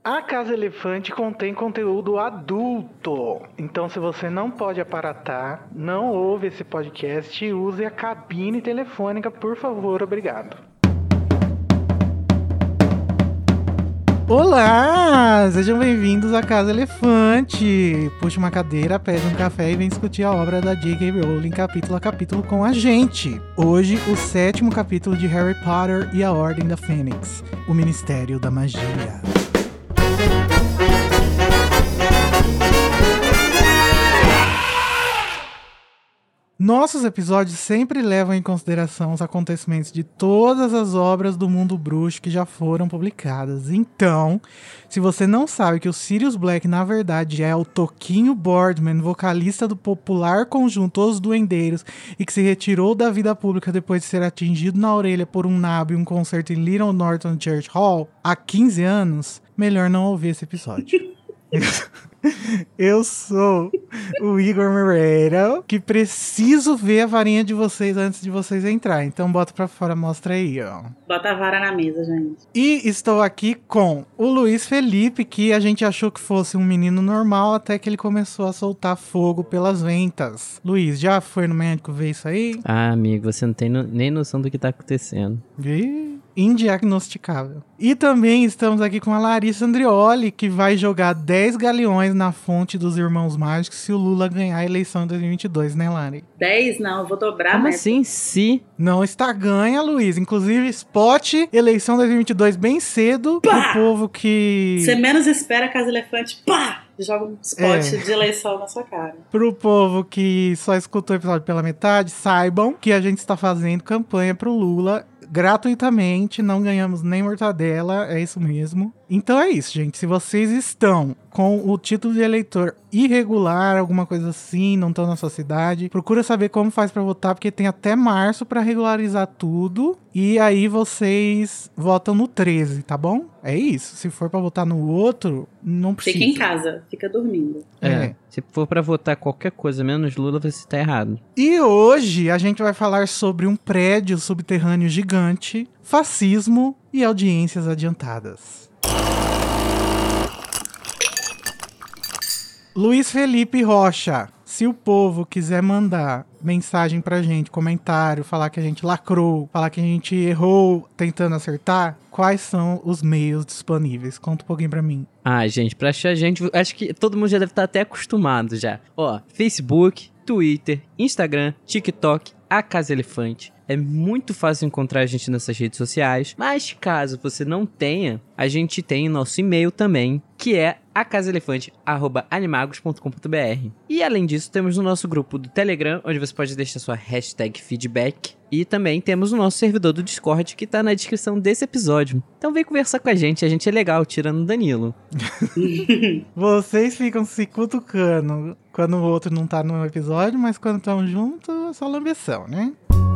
A Casa Elefante contém conteúdo adulto. Então, se você não pode aparatar, não ouve esse podcast e use a cabine telefônica, por favor, obrigado. Olá! Sejam bem-vindos à Casa Elefante. Puxa uma cadeira, pede um café e vem discutir a obra da J.K. Rowling capítulo a capítulo com a gente. Hoje, o 7º capítulo de Harry Potter e a Ordem da Fênix, o Ministério da Magia. Nossos episódios sempre levam em consideração os acontecimentos de todas as obras do mundo bruxo que já foram publicadas. Então, se você não sabe que o Sirius Black, na verdade, é o Toquinho Boardman, vocalista do popular conjunto Os Duendeiros, e que se retirou da vida pública depois de ser atingido na orelha por um nabo em um concerto em Little Norton Church Hall há 15 anos, melhor não ouvir esse episódio. Eu sou o Igor Moreira, que preciso ver a varinha de vocês antes de vocês entrarem. Então bota pra fora, mostra aí, ó. Bota a vara na mesa, gente. E estou aqui com o Luiz Felipe, que a gente achou que fosse um menino normal até que ele começou a soltar fogo pelas ventas. Luiz, já foi no médico ver isso aí? Ah, amigo, você não tem nem noção do que tá acontecendo. Indiagnosticável. E também estamos aqui com a Larissa Andrioli, que vai jogar 10 galeões na fonte dos Irmãos Mágicos se o Lula ganhar a eleição em 2022, né, Lari? 10 não, eu vou dobrar. Como assim, se? Não está ganha, Luiz. Inclusive, spot eleição 2022 bem cedo. Pro povo que... Você menos espera, Casa Elefante, pá! Joga um spot de eleição na sua cara. Pro povo que só escutou o episódio pela metade, saibam que a gente está fazendo campanha pro Lula gratuitamente, não ganhamos nem mortadela, é isso mesmo. Então é isso, gente. Se vocês estão com o título de eleitor irregular, alguma coisa assim, não estão na sua cidade, procura saber como faz pra votar, porque tem até março pra regularizar tudo. E aí vocês votam no 13, tá bom? É isso. Se for pra votar no outro, não precisa. Fica em casa, fica dormindo. Se for pra votar qualquer coisa menos Lula, você tá errado. E hoje a gente vai falar sobre um prédio subterrâneo gigante, fascismo e audiências adiantadas. Luiz Felipe Rocha, se o povo quiser mandar mensagem pra gente, comentário, falar que a gente lacrou, falar que a gente errou tentando acertar, quais são os meios disponíveis? Conta um pouquinho pra mim. Ah, gente, pra achar a gente, acho que todo mundo já deve estar até acostumado já. Ó, Facebook, Twitter, Instagram, TikTok, a Casa Elefante. É muito fácil encontrar a gente nessas redes sociais, mas caso você não tenha, a gente tem nosso e-mail também, que é acasaelefante@animagos.com.br. E além disso, temos o nosso grupo do Telegram, onde você pode deixar sua hashtag feedback. E também temos o nosso servidor do Discord, que tá na descrição desse episódio. Então vem conversar com a gente é legal, tirando o Danilo. Vocês ficam se cutucando quando o outro não tá no episódio, mas quando estão juntos é só lambeção, né?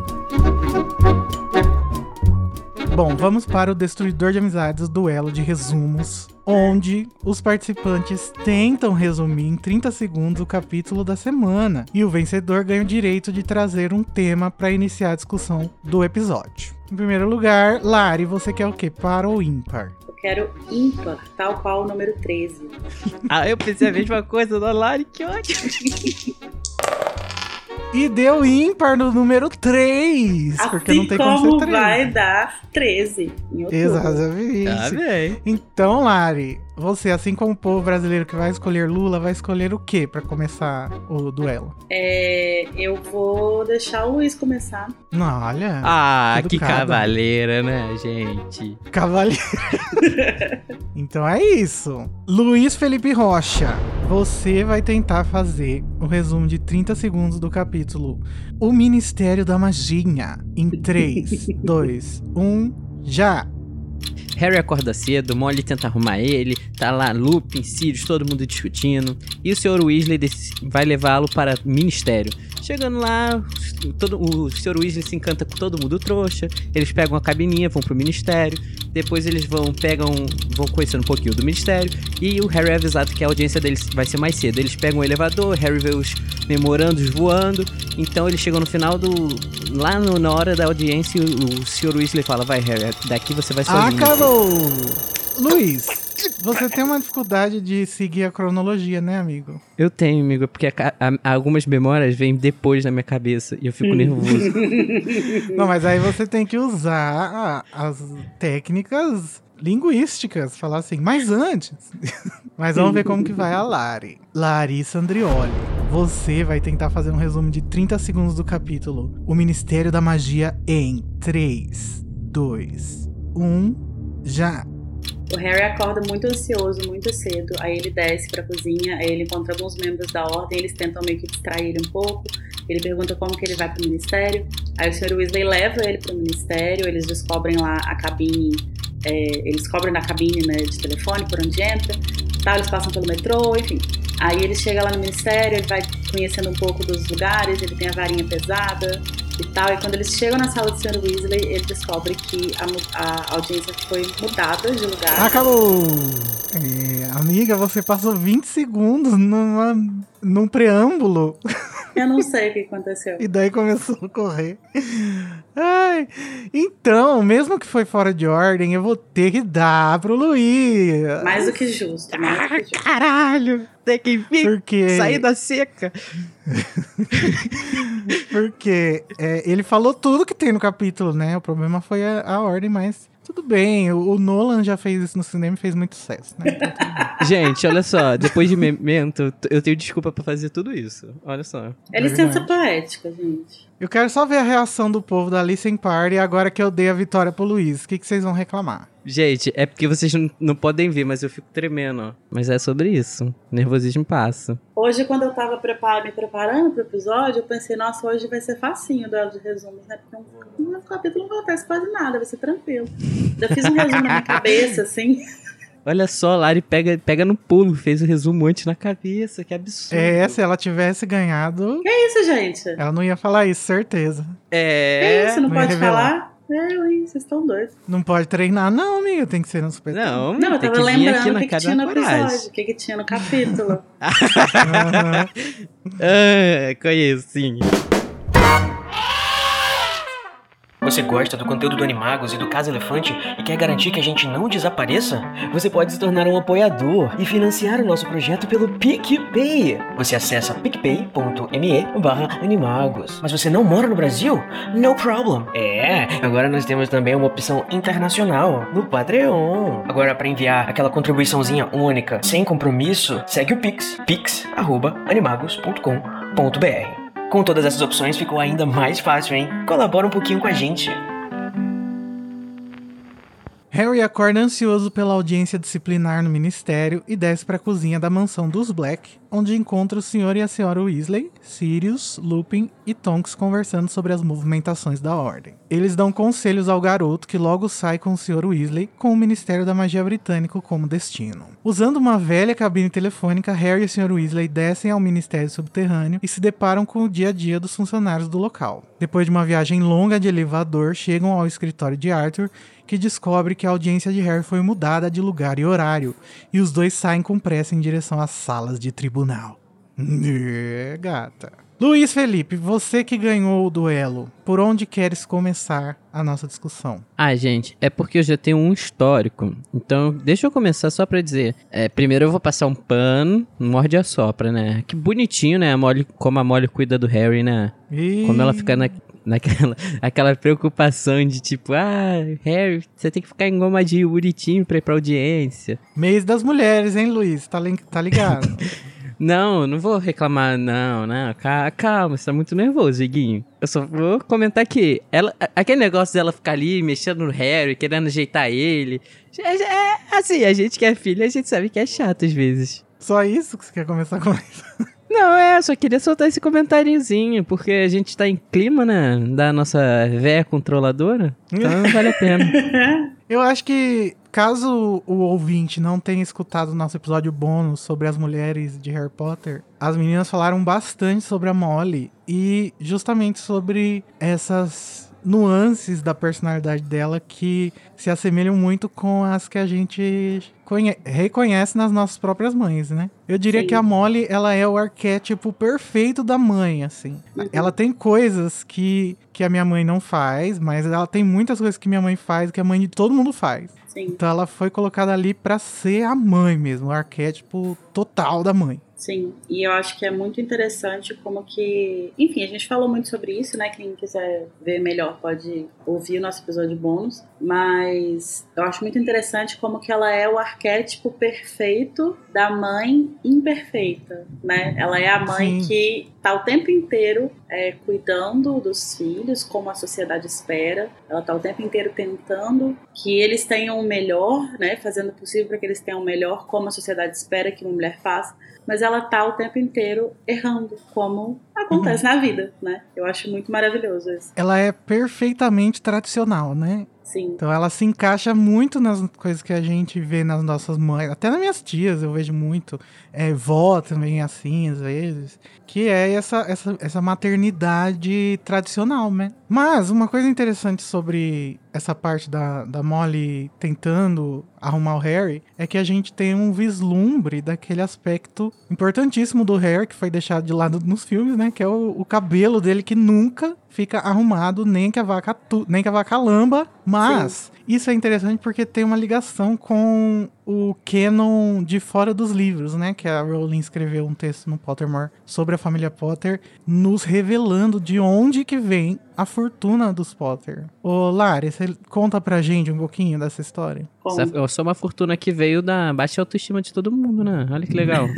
Bom, vamos para o Destruidor de Amizades, duelo de resumos, onde os participantes tentam resumir em 30 segundos o capítulo da semana. E o vencedor ganha o direito de trazer um tema para iniciar a discussão do episódio. Em primeiro lugar, Lari, você quer o quê? Par ou ímpar? Eu quero ímpar, tal qual o número 13. Ah, eu pensei a mesma coisa da Lari, que ótimo. E deu ímpar no número 3, assim porque não tem como ser 13. Vai dar 13 em outubro. Exatamente. Tá bem. Então, Lari, você, assim como o povo brasileiro que vai escolher Lula, vai escolher o quê pra começar o duelo? Eu vou deixar o Luiz começar. Não, olha. Ah, que educada. cavaleira, né, gente? Cavaleiro. Então é isso. Luiz Felipe Rocha, você vai tentar fazer o resumo de 30 segundos do capítulo O Ministério da Magia. Em 3, 2, 1, já! Harry acorda cedo, Molly tenta arrumar ele, tá lá Lupin, Sirius, todo mundo discutindo, e o Sr. Weasley vai levá-lo para o ministério. Chegando lá, o Sr. Weasley se encanta com todo mundo trouxa, eles pegam a cabininha, vão pro ministério, depois eles vão conhecendo um pouquinho do ministério, e o Harry é avisado que a audiência deles vai ser mais cedo. Eles pegam o elevador, Harry vê os memorandos voando, então eles chegam no final lá na hora da audiência, o Sr. Weasley fala, vai Harry, daqui você vai sozinho. Acabou! Luiz, Você tem uma dificuldade de seguir a cronologia, né, amigo? Eu tenho, amigo, porque algumas memórias vêm depois na minha cabeça e eu fico nervoso. Não, mas aí você tem que usar as técnicas linguísticas, falar assim, mas antes. Mas vamos ver como que vai a Lari. Larissa Andrioli. Você vai tentar fazer um resumo de 30 segundos do capítulo O Ministério da Magia em 3, 2, 1, já. O Harry acorda muito ansioso, muito cedo. Aí ele desce pra cozinha, aí ele encontra alguns membros da ordem, eles tentam meio que distrair ele um pouco. Ele pergunta como que ele vai pro ministério. Aí o Sr. Weasley leva ele pro ministério, eles descobrem lá a cabine, eles descobrem na cabine, né, de telefone por onde entra. Tá, eles passam pelo metrô, enfim. Aí ele chega lá no ministério, ele vai conhecendo um pouco dos lugares, ele tem a varinha pesada e tal. E quando eles chegam na sala do Sr. Weasley, ele descobre que a audiência foi mudada de lugar. Acabou! Amiga, você passou 20 segundos num preâmbulo. Eu não sei o que aconteceu. E daí começou a correr. Ai, então, mesmo que foi fora de ordem, eu vou ter que dar pro Luiz. Mais do que justo. Mais do que justo. Caralho! Tem que vir, Porque... sair da seca. Porque ele falou tudo que tem no capítulo, né? O problema foi a ordem, mas tudo bem. O Nolan já fez isso no cinema e fez muito sucesso, né? Então, tudo bem. Gente, olha só, depois de Memento, eu tenho desculpa pra fazer tudo isso. Olha só. É licença poética, gente. Eu quero só ver a reação do povo da Listen Party agora que eu dei a vitória pro Luiz. O que vocês vão reclamar? Gente, é porque vocês não podem ver, mas eu fico tremendo, ó. Mas é sobre isso. Nervosismo passa. Hoje, quando eu tava me preparando pro episódio, eu pensei, nossa, hoje vai ser facinho o duelo de resumos, né? Porque no capítulo não acontece quase nada, vai ser tranquilo. Eu fiz um resumo na minha cabeça, assim. Olha só, Lari pega no pulo, fez o resumo antes na cabeça, que absurdo. Se ela tivesse ganhado... Que isso, gente? Ela não ia falar isso, certeza. Que isso, não pode revelar. falar? Vocês estão doidos. Não pode treinar, não, amiga. Tem que ser no super. Não, eu tem tava que vir aqui lembrando na o que cara tinha da no coragem. episódio, o que tinha no capítulo. Conheço, sim. Você gosta do conteúdo do Animagos e do Casa Elefante e quer garantir que a gente não desapareça? Você pode se tornar um apoiador e financiar o nosso projeto pelo PicPay. Você acessa picpay.me/animagos. Mas você não mora no Brasil? No problem. Agora nós temos também uma opção internacional no Patreon. Agora, para enviar aquela contribuiçãozinha única, sem compromisso, segue o Pix, pix@animagos.com.br. Com todas essas opções ficou ainda mais fácil, hein? Colabora um pouquinho com a gente. Harry acorda ansioso pela audiência disciplinar no ministério e desce para a cozinha da mansão dos Black, onde encontra o Sr. e a Sra. Weasley, Sirius, Lupin e Tonks conversando sobre as movimentações da ordem. Eles dão conselhos ao garoto, que logo sai com o Sr. Weasley, com o Ministério da Magia Britânico como destino. Usando uma velha cabine telefônica, Harry e a Sra. Weasley descem ao Ministério Subterrâneo e se deparam com o dia a dia dos funcionários do local. Depois de uma viagem longa de elevador, chegam ao escritório de Arthur, que descobre que a audiência de Harry foi mudada de lugar e horário, e os dois saem com pressa em direção às salas de tribunal. Gata. Luiz Felipe, você que ganhou o duelo, por onde queres começar a nossa discussão? Gente, é porque eu já tenho um histórico. Então, deixa eu começar só pra dizer. Primeiro eu vou passar um pano, morde e assopra, né? Que bonitinho, né? Como a Molly cuida do Harry, né? Como ela fica naquela preocupação de tipo, Harry, você tem que ficar engomadinho, bonitinho pra ir pra audiência. Mês das mulheres, hein, Luiz? Tá ligado? Não vou reclamar, não. Calma, você tá muito nervoso, Iguinho. Eu só vou comentar que aquele negócio dela ficar ali mexendo no Harry, querendo ajeitar ele. Assim, a gente que é filha, a gente sabe que é chato às vezes. Só isso que você quer começar com isso? Não, só queria soltar esse comentáriozinho, porque a gente tá em clima, né, da nossa véia controladora, então não vale a pena. Eu acho que, caso o ouvinte não tenha escutado o nosso episódio bônus sobre as mulheres de Harry Potter, as meninas falaram bastante sobre a Molly e justamente sobre essas nuances da personalidade dela que se assemelham muito com as que a gente reconhece nas nossas próprias mães, né? Eu diria Sim. que a Molly, ela é o arquétipo perfeito da mãe, assim. Ela tem coisas que a minha mãe não faz, mas ela tem muitas coisas que minha mãe faz, que a mãe de todo mundo faz. Sim. Então ela foi colocada ali pra ser a mãe mesmo, o arquétipo total da mãe. Sim, e eu acho que é muito interessante como que... Enfim, a gente falou muito sobre isso, né? Quem quiser ver melhor pode ouvir o nosso episódio bônus. Mas eu acho muito interessante como que ela é o arquétipo perfeito da mãe imperfeita, né? Ela é a mãe Sim. que tá o tempo inteiro cuidando dos filhos, como a sociedade espera. Ela tá o tempo inteiro tentando que eles tenham o melhor, né? Fazendo o possível para que eles tenham o melhor, como a sociedade espera que uma mulher faça. Mas ela tá o tempo inteiro errando, como acontece na vida, né? Eu acho muito maravilhoso isso. Ela é perfeitamente tradicional, né? Sim. Então ela se encaixa muito nas coisas que a gente vê nas nossas mães. Até nas minhas tias eu vejo muito. Vó também assim, às vezes. Que é essa maternidade tradicional, né? Mas uma coisa interessante sobre essa parte da Molly tentando arrumar o Harry é que a gente tem um vislumbre daquele aspecto importantíssimo do Harry, que foi deixado de lado nos filmes, né? Que é o cabelo dele que nunca fica arrumado, nem que a vaca lamba. Mas isso é interessante porque tem uma ligação com o canon de fora dos livros, né? Que a Rowling escreveu um texto no Pottermore sobre a família Potter, nos revelando de onde que vem a fortuna dos Potter. Ô, Lari, você conta pra gente um pouquinho dessa história? É só uma fortuna que veio da baixa autoestima de todo mundo, né? Olha que legal.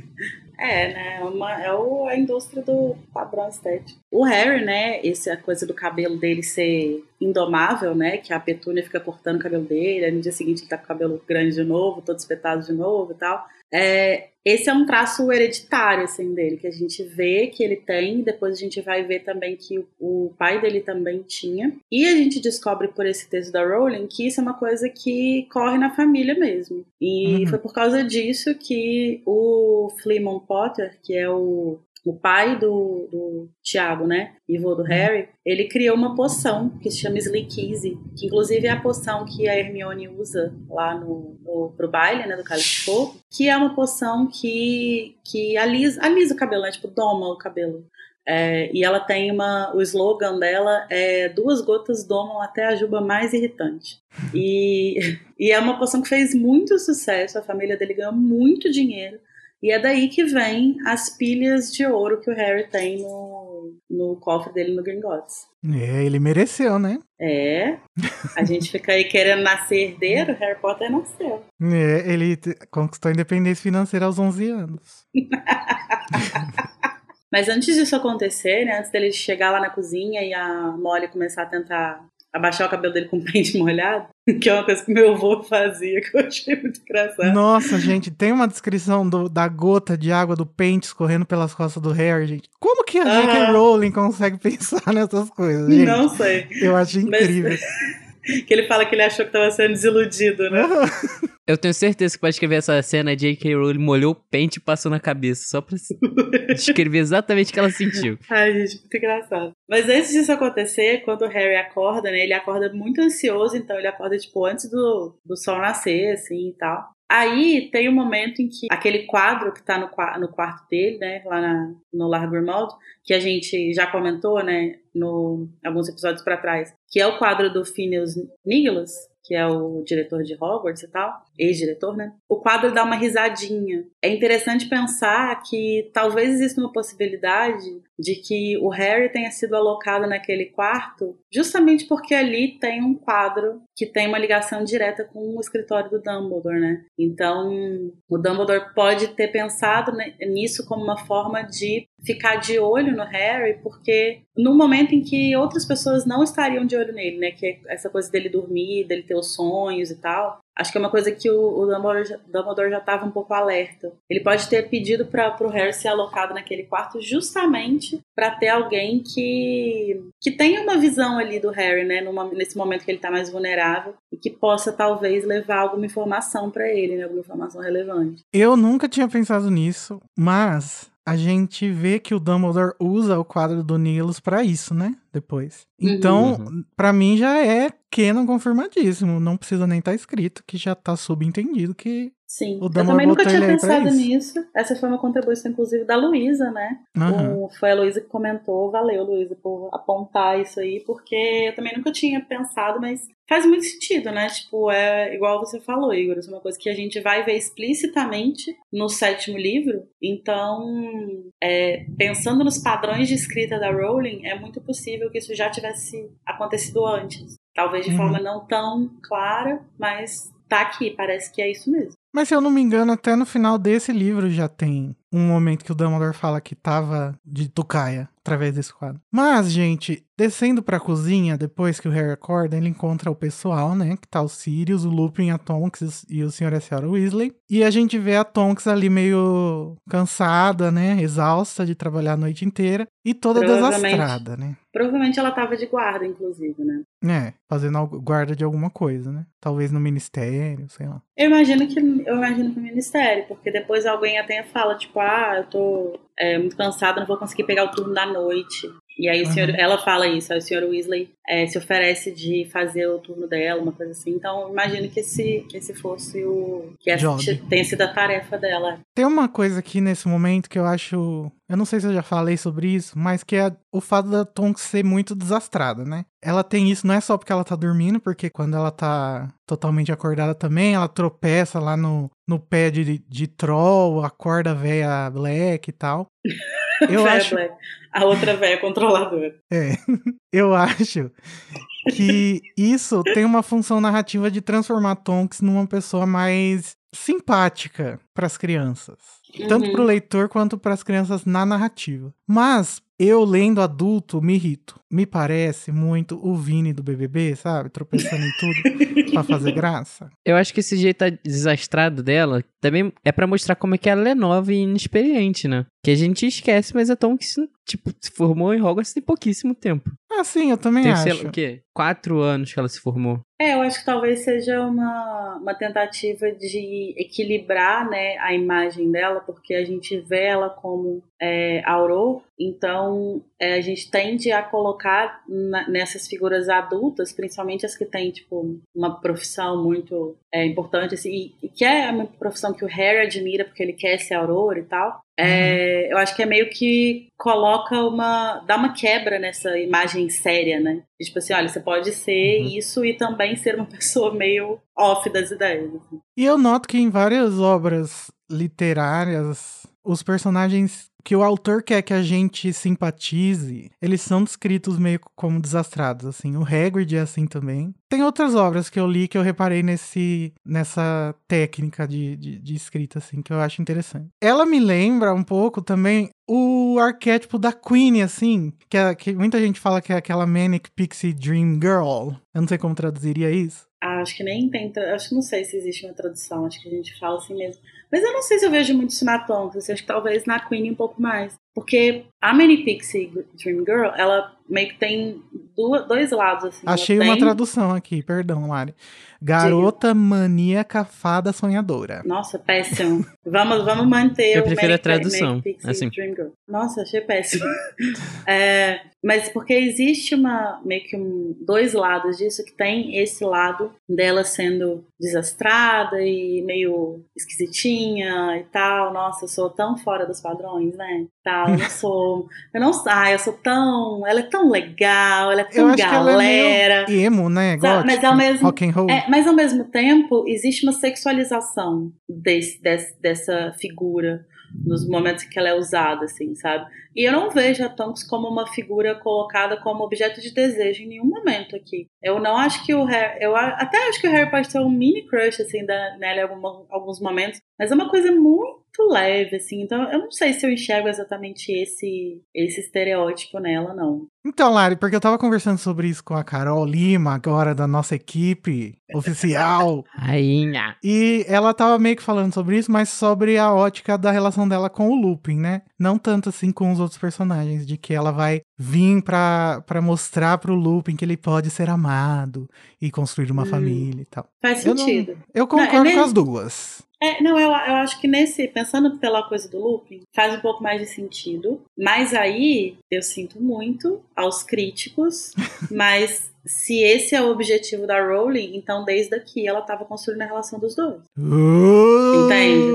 Né? A indústria do padrão estético. O Harry, né? A coisa do cabelo dele ser indomável, né? Que a Petúnia fica cortando o cabelo dele, aí no dia seguinte ele tá com o cabelo grande de novo, todo espetado de novo e tal. Esse é um traço hereditário, assim, dele, que a gente vê que ele tem, depois a gente vai ver também que o pai dele também tinha. E a gente descobre por esse texto da Rowling que isso é uma coisa que corre na família mesmo. E foi por causa disso que o Fleemon Potter, que é o pai do Tiago, né, e vô do Harry, ele criou uma poção que se chama Sleek Easy, que inclusive é a poção que a Hermione usa lá pro baile, né, do Cálice de Fogo, que é uma poção que alisa o cabelo, né, tipo, doma o cabelo. E ela tem o slogan dela é 2 gotas domam até a juba mais irritante. E é uma poção que fez muito sucesso, a família dele ganhou muito dinheiro. E é daí que vem as pilhas de ouro que o Harry tem no cofre dele no Gringotts. Ele mereceu, né? A gente fica aí querendo nascer herdeiro, Harry Potter nasceu. Ele conquistou a independência financeira aos 11 anos. Mas antes disso acontecer, né, antes dele chegar lá na cozinha e a Molly começar a tentar abaixar o cabelo dele com pente molhado, que é uma coisa que meu avô fazia, que eu achei muito engraçado. Nossa, gente, tem uma descrição da gota de água do pente escorrendo pelas costas do Harry, gente. Como que a J.K. Rowling consegue pensar nessas coisas, gente? Não sei. Eu acho incrível. Que ele fala que ele achou que estava sendo desiludido, né? Eu tenho certeza que pra escrever essa cena, a J.K. Rowling molhou o pente e passou na cabeça, só pra descrever exatamente o que ela sentiu. Ai, gente, muito engraçado. Mas antes disso acontecer, quando o Harry acorda, né, ele acorda muito ansioso, então ele acorda, tipo, antes do sol nascer, assim, e tal. Aí tem um momento em que aquele quadro que tá no quarto dele, né, lá no Lar Grimmauld, que a gente já comentou, né, alguns episódios pra trás, que é o quadro do Phineas Niggles, que é o diretor de Hogwarts e tal, ex-diretor, né? O quadro dá uma risadinha. É interessante pensar que talvez exista uma possibilidade de que o Harry tenha sido alocado naquele quarto justamente porque ali tem um quadro que tem uma ligação direta com o escritório do Dumbledore, né? Então, o Dumbledore pode ter pensado nisso como uma forma de ficar de olho no Harry, porque no momento em que outras pessoas não estariam de olho nele, né? Que é essa coisa dele dormir, dele ter os sonhos e tal. Acho que é uma coisa que o Dumbledore já estava um pouco alerta. Ele pode ter pedido para o Harry ser alocado naquele quarto justamente para ter alguém que tenha uma visão ali do Harry, né, nesse momento que ele está mais vulnerável e que possa talvez levar alguma informação para ele, né, alguma informação relevante. Eu nunca tinha pensado nisso, mas a gente vê que o Dumbledore usa o quadro do Nilos pra isso, né? Depois. Então, pra mim já é canon confirmadíssimo. Não precisa nem estar escrito, que já tá subentendido que Sim, o eu Dumbledore também nunca botou tinha ele aí pra pensado isso. nisso. Essa foi uma contribuição, inclusive, da Luísa, né? Foi a Luísa que comentou. Valeu, Luísa, por apontar isso aí, porque eu também nunca tinha pensado, mas Faz muito sentido, né? Tipo, é igual você falou, Igor, isso é uma coisa que a gente vai ver explicitamente no 7º livro. Então, pensando nos padrões de escrita da Rowling, é muito possível que isso já tivesse acontecido antes. Talvez de forma não tão clara, mas tá aqui, parece que é isso mesmo. Mas se eu não me engano, até no final desse livro já tem um momento que o Dumbledore fala que tava de tucaia através desse quadro. Mas, gente, descendo pra cozinha, depois que o Harry acorda, ele encontra o pessoal, né? Que tá o Sirius, o Lupin, a Tonks e o Sr. e a Sra. Weasley. E a gente vê a Tonks ali meio cansada, né? Exausta de trabalhar a noite inteira. E toda desastrada, né? Provavelmente ela tava de guarda, inclusive, né? Fazendo guarda de alguma coisa, né? Talvez no ministério, sei lá. Eu imagino que o ministério, porque depois alguém até fala, tipo, eu tô muito cansada, não vou conseguir pegar o turno da noite. E aí ela fala isso, aí o Sr. Weasley se oferece de fazer o turno dela, uma coisa assim. Então, eu imagino que esse fosse que essa tenha sido a tarefa dela. Tem uma coisa aqui nesse momento que eu acho... Eu não sei se eu já falei sobre isso, mas que é o fato da Tonks ser muito desastrada, né? Ela tem isso não é só porque ela tá dormindo, porque quando ela tá totalmente acordada também, ela tropeça lá no pé de troll, acorda a véia Black e tal. Eu acho... Black. A outra véia controladora. Eu acho que isso tem uma função narrativa de transformar a Tonks numa pessoa mais simpática para as crianças. Tanto pro leitor quanto para as crianças na narrativa. Mas eu, lendo adulto, me irrito. Me parece muito o Vini do BBB, sabe? Tropeçando em tudo pra fazer graça. Eu acho que esse jeito desastrado dela também é pra mostrar como é que ela é nova e inexperiente, né? Que a gente esquece, mas a Tonks, tipo, se formou em Hogwarts tem pouquíssimo tempo. Ah, sim, eu também acho. Sei lá, o quê? 4 anos que ela se formou. Eu acho que talvez seja uma tentativa de equilibrar, né, a imagem dela, porque a gente vê ela como Auror, então a gente tende a colocar nessas figuras adultas, principalmente as que têm, tipo, uma profissão muito importante, assim, e que é uma profissão que o Harry admira porque ele quer ser Auror e tal. Eu acho que é meio que dá uma quebra nessa imagem séria, né? Tipo assim, olha, você pode ser isso e também ser uma pessoa meio off das ideias. Assim. E eu noto que em várias obras literárias, os personagens que o autor quer que a gente simpatize, eles são descritos meio como desastrados, assim. O Hagrid é assim também. Tem outras obras que eu li que eu reparei nessa técnica de escrita, assim, que eu acho interessante. Ela me lembra um pouco também o arquétipo da Queen, assim, que muita gente fala que é aquela Manic Pixie Dream Girl. Eu não sei como traduziria isso. Acho que nem tem, acho que não sei se existe uma tradução, acho que a gente fala assim mesmo. Mas eu não sei se eu vejo muito isso na Tonks, acho que talvez na Queen um pouco mais. Porque a Manic Pixie Dream Girl, ela meio que tem dois lados, assim. Achei uma tradução aqui, perdão, Lari. Garota maníaca fada sonhadora. Nossa, péssimo. Vamos manter eu prefiro a tradução, Manic Pixie assim. Dream Girl. Nossa, achei péssimo. Mas porque existe meio que dois lados disso, que tem esse lado dela sendo desastrada e meio esquisitinha e tal. Nossa, eu sou tão fora dos padrões, né? Tal, eu sou tão... Ela é tão legal, ela é tão galera. Ela é meio emo, né? Gótico, rock and roll. Mas ao mesmo tempo, existe uma sexualização dessa figura nos momentos em que ela é usada, assim, sabe? E eu não vejo a Tonks como uma figura colocada como objeto de desejo em nenhum momento aqui. Eu não acho que o Harry... Eu até acho que o Harry pode ter um mini crush, assim, nela em alguns momentos, mas é uma coisa muito leve, assim. Então, eu não sei se eu enxergo exatamente esse estereótipo nela, não. Então, Lari, porque eu tava conversando sobre isso com a Carol Lima, agora da nossa equipe oficial. Rainha. E ela tava meio que falando sobre isso, mas sobre a ótica da relação dela com o Lupin, né? Não tanto assim com os outros personagens, de que ela vai vir pra mostrar pro Lupin que ele pode ser amado e construir uma família e tal. Faz sentido. Eu concordo com as duas. Eu acho que pensando pela coisa do Lupin, faz um pouco mais de sentido. Mas aí, eu sinto muito aos críticos, mas se esse é o objetivo da Rowling, então desde aqui ela estava construindo a relação dos dois. Entende?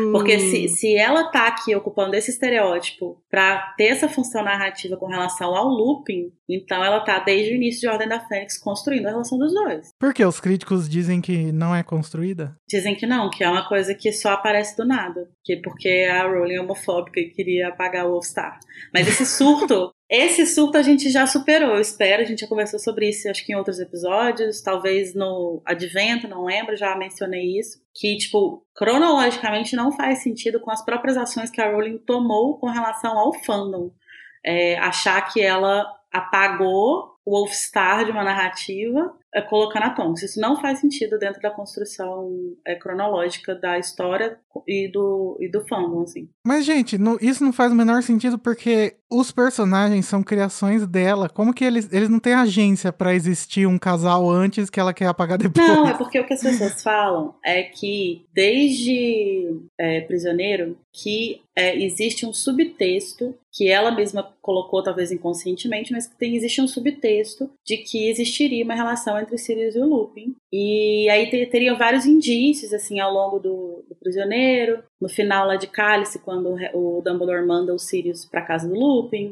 Porque se ela tá aqui ocupando esse estereótipo pra ter essa função narrativa com relação ao Lupin, então ela tá desde o início de Ordem da Fênix construindo a relação dos dois. Por quê? Os críticos dizem que não é construída? Dizem que não, que é uma coisa que só aparece do nada. Porque a Rowling é homofóbica e queria apagar o All-Star. Mas esse surto a gente já superou, eu espero. A gente já conversou sobre isso, acho que em outros episódios. Talvez no Advento, não lembro, já mencionei isso. Que, tipo, cronologicamente não faz sentido com as próprias ações que a Rowling tomou com relação ao fandom. Achar que ela apagou o All-Star de uma narrativa colocando a Tonks. Isso não faz sentido dentro da construção cronológica da história e do fandom, assim. Mas, gente, isso não faz o menor sentido porque os personagens são criações dela. Como que eles não têm agência pra existir um casal antes que ela quer apagar depois? Não, é porque o que as pessoas falam é que desde Prisioneiro que existe um subtexto que ela mesma colocou, talvez inconscientemente, mas que existe um subtexto de que existiria uma relação entre Sirius e o Lupin. E aí teriam vários indícios, assim, ao longo do Prisioneiro, no final lá de Cálice, quando o Dumbledore manda o Sirius pra casa do Lupin,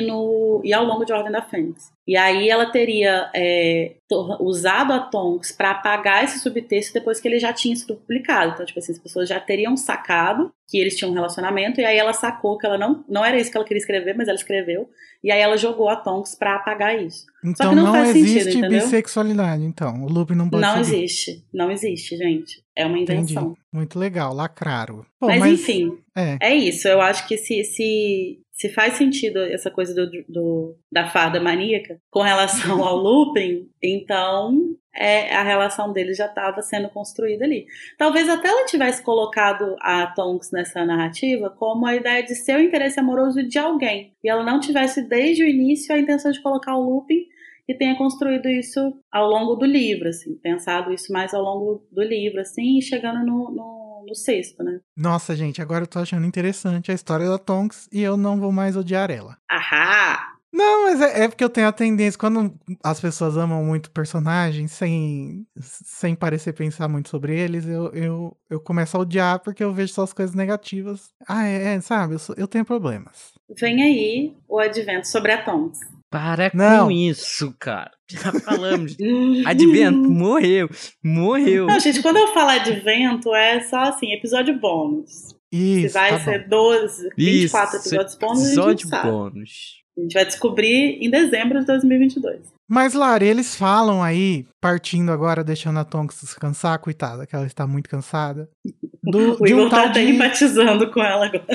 e ao longo de Ordem da Fênix. E aí ela teria usado a Tonks pra apagar esse subtexto depois que ele já tinha sido publicado. Então, tipo assim, as pessoas já teriam sacado que eles tinham um relacionamento, e aí ela sacou que ela não era isso que ela queria escrever, mas ela escreveu, e aí ela jogou a Tonks pra apagar isso. Então Só que não faz existe sentido, entendeu? bissexualidade, então. O Lupin não pode Não ser existe. Não existe, gente. É uma invenção. Entendi. Muito legal, lacraram. Bom, Mas enfim, é isso. Eu acho que se faz sentido essa coisa da farda maníaca com relação ao Lupin, então a relação deles já estava sendo construída ali. Talvez até ela tivesse colocado a Tonks nessa narrativa como a ideia de ser o interesse amoroso de alguém. E ela não tivesse desde o início a intenção de colocar o Lupin e tenha construído isso ao longo do livro, assim, pensado isso mais ao longo do livro, assim, e chegando no sexto, né? Nossa, gente, agora eu tô achando interessante a história da Tonks e eu não vou mais odiar ela. Ahá! Não, mas é porque eu tenho a tendência, quando as pessoas amam muito personagens, sem parecer pensar muito sobre eles, eu começo a odiar porque eu vejo só as coisas negativas. Sabe, eu tenho problemas. Vem aí o advento sobre a Tonks. Para Não. com isso, cara. Já falamos. Advento, morreu. Não, gente, quando eu falar advento, é só assim, episódio bônus. Isso, se vai ser 12, 24 episódios bônus, a gente não sabe. Bônus. A gente vai descobrir em dezembro de 2022. Mas, Lari, eles falam aí, partindo agora, deixando a Tonks descansar, coitada, que ela está muito cansada. O Igor tá até empatizando com ela agora.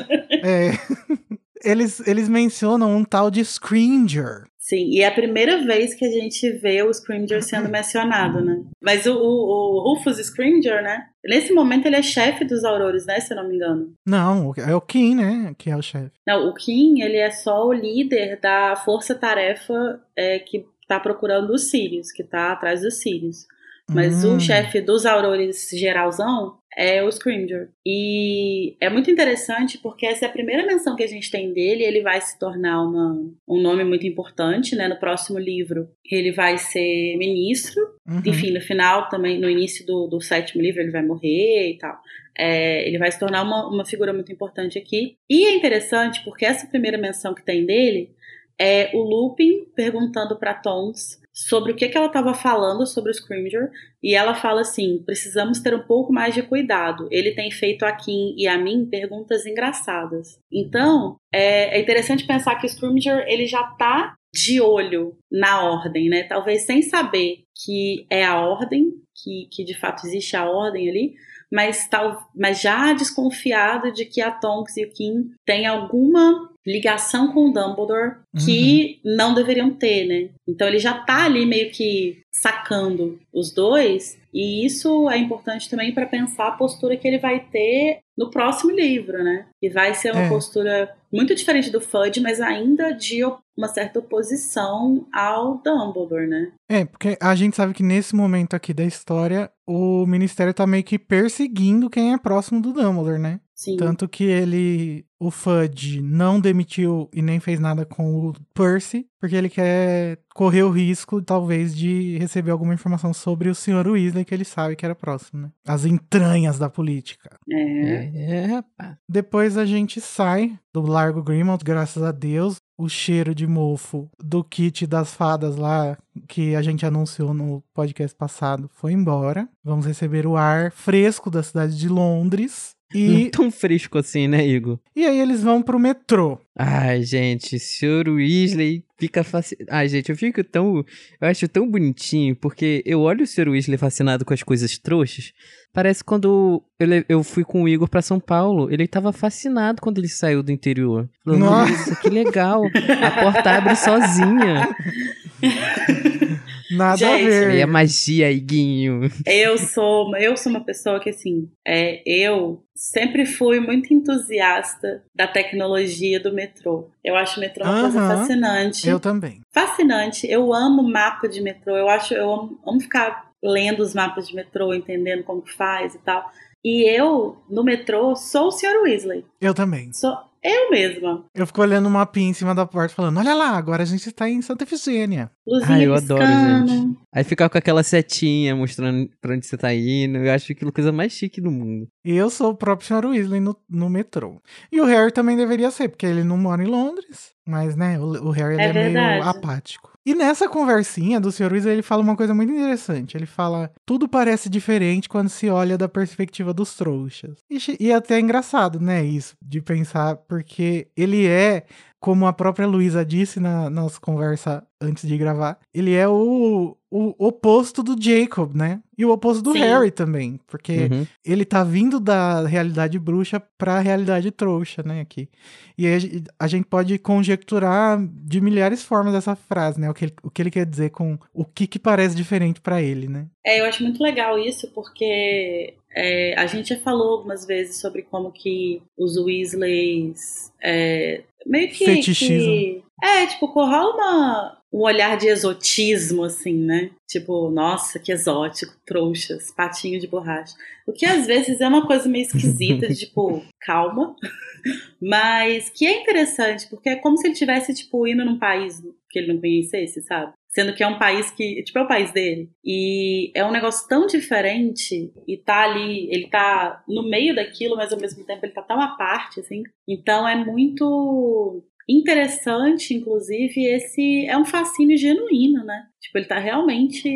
Eles mencionam um tal de Scrimgeour. Sim, e é a primeira vez que a gente vê o Scrimgeour sendo mencionado, né? Mas o Rufus Scrimgeour, né? Nesse momento ele é chefe dos Aurores, né? Se eu não me engano. Não, é o Kim, né? Que é o chefe. Não, o Kim, ele é só o líder da força-tarefa que tá procurando os Sirius, que tá atrás dos Sirius. Mas o chefe dos Aurores geralzão é o Scrimgeour. E é muito interessante porque essa é a primeira menção que a gente tem dele. Ele vai se tornar um nome muito importante, né? No próximo livro ele vai ser ministro. Enfim, no final também, no início do sétimo livro ele vai morrer e tal. Ele vai se tornar uma figura muito importante aqui. E é interessante porque essa primeira menção que tem dele é o Lupin perguntando pra Tonks sobre o que ela estava falando sobre o Scrimgeour, e ela fala assim: precisamos ter um pouco mais de cuidado, ele tem feito a Kim e a mim perguntas engraçadas. Então, é interessante pensar que o Scrimgeour, ele já tá de olho na ordem, né? Talvez sem saber que é a ordem, que de fato existe a ordem ali, mas já desconfiado de que a Tonks e o Kim têm alguma ligação com o Dumbledore que não deveriam ter, né? Então ele já tá ali meio que sacando os dois, e isso é importante também para pensar a postura que ele vai ter no próximo livro, né? E vai ser uma postura muito diferente do Fudge, mas ainda de uma certa oposição ao Dumbledore, né? Porque a gente sabe que nesse momento aqui da história, o Ministério tá meio que perseguindo quem é próximo do Dumbledore, né? Sim. Tanto que ele o Fudge não demitiu e nem fez nada com o Percy, porque ele quer correr o risco, talvez, de receber alguma informação sobre o Sr. Weasley, que ele sabe que era próximo, né? As entranhas da política. Rapaz. Depois a gente sai do Largo Grimmauld, graças a Deus. O cheiro de mofo do kit das fadas lá, que a gente anunciou no podcast passado, foi embora. Vamos receber o ar fresco da cidade de Londres. Não tão fresco assim, né, Igor? E aí eles vão pro metrô. Ai, gente, Sr. Weasley fica fascinado. Ai, gente, eu acho tão bonitinho, porque eu olho o Sr. Weasley fascinado com as coisas trouxas. Parece quando eu fui com o Igor pra São Paulo, ele tava fascinado quando ele saiu do interior. Falando, nossa, que legal, a porta abre sozinha. Nada gente, a ver. É a magia, Iguinho. Eu sou uma pessoa que, assim, eu sempre fui muito entusiasta da tecnologia do metrô. Eu acho o metrô uma coisa fascinante. Eu também. Fascinante. Eu amo mapa de metrô. Eu amo ficar lendo os mapas de metrô, entendendo como que faz e tal. E eu, no metrô, sou o Sr. Weasley. Eu também. Sou eu mesma. Eu fico olhando o mapinha em cima da porta falando, olha lá, agora a gente tá em Santa Efigênia. Luzinha eu piscando. adoro, gente. Aí ficar com aquela setinha mostrando pra onde você tá indo, eu acho aquilo a coisa mais chique do mundo. E eu sou o próprio Sr. Weasley no metrô. E o Harry também deveria ser, porque ele não mora em Londres. Mas, né, o Harry ele é meio apático. E nessa conversinha do Sr. Weasley, ele fala uma coisa muito interessante. Ele fala, tudo parece diferente quando se olha da perspectiva dos trouxas. E até é engraçado, né, isso, de pensar, porque ele é, como a própria Luísa disse na nossa conversa antes de gravar, ele é o oposto do Jacob, né? E o oposto do Harry também, porque ele tá vindo da realidade bruxa pra realidade trouxa, né, aqui. E aí a gente pode conjecturar de milhares de formas essa frase, né? O que ele quer dizer com o que parece diferente pra ele, né? Eu acho muito legal isso, porque a gente já falou algumas vezes sobre como que os Weasleys meio que... Fetichismo. Tipo, rola um olhar de exotismo, assim, né? Tipo, nossa, que exótico, trouxas, patinho de borracha. O que às vezes é uma coisa meio esquisita, de, tipo, calma. Mas que é interessante, porque é como se ele tivesse, tipo, indo num país que ele não conhecesse, sabe? Sendo que é um país que, tipo, é o país dele. E é um negócio tão diferente e tá ali, ele tá no meio daquilo, mas ao mesmo tempo ele tá tão à parte, assim. Então é muito interessante, inclusive, esse é um fascínio genuíno, né? Tipo, ele tá realmente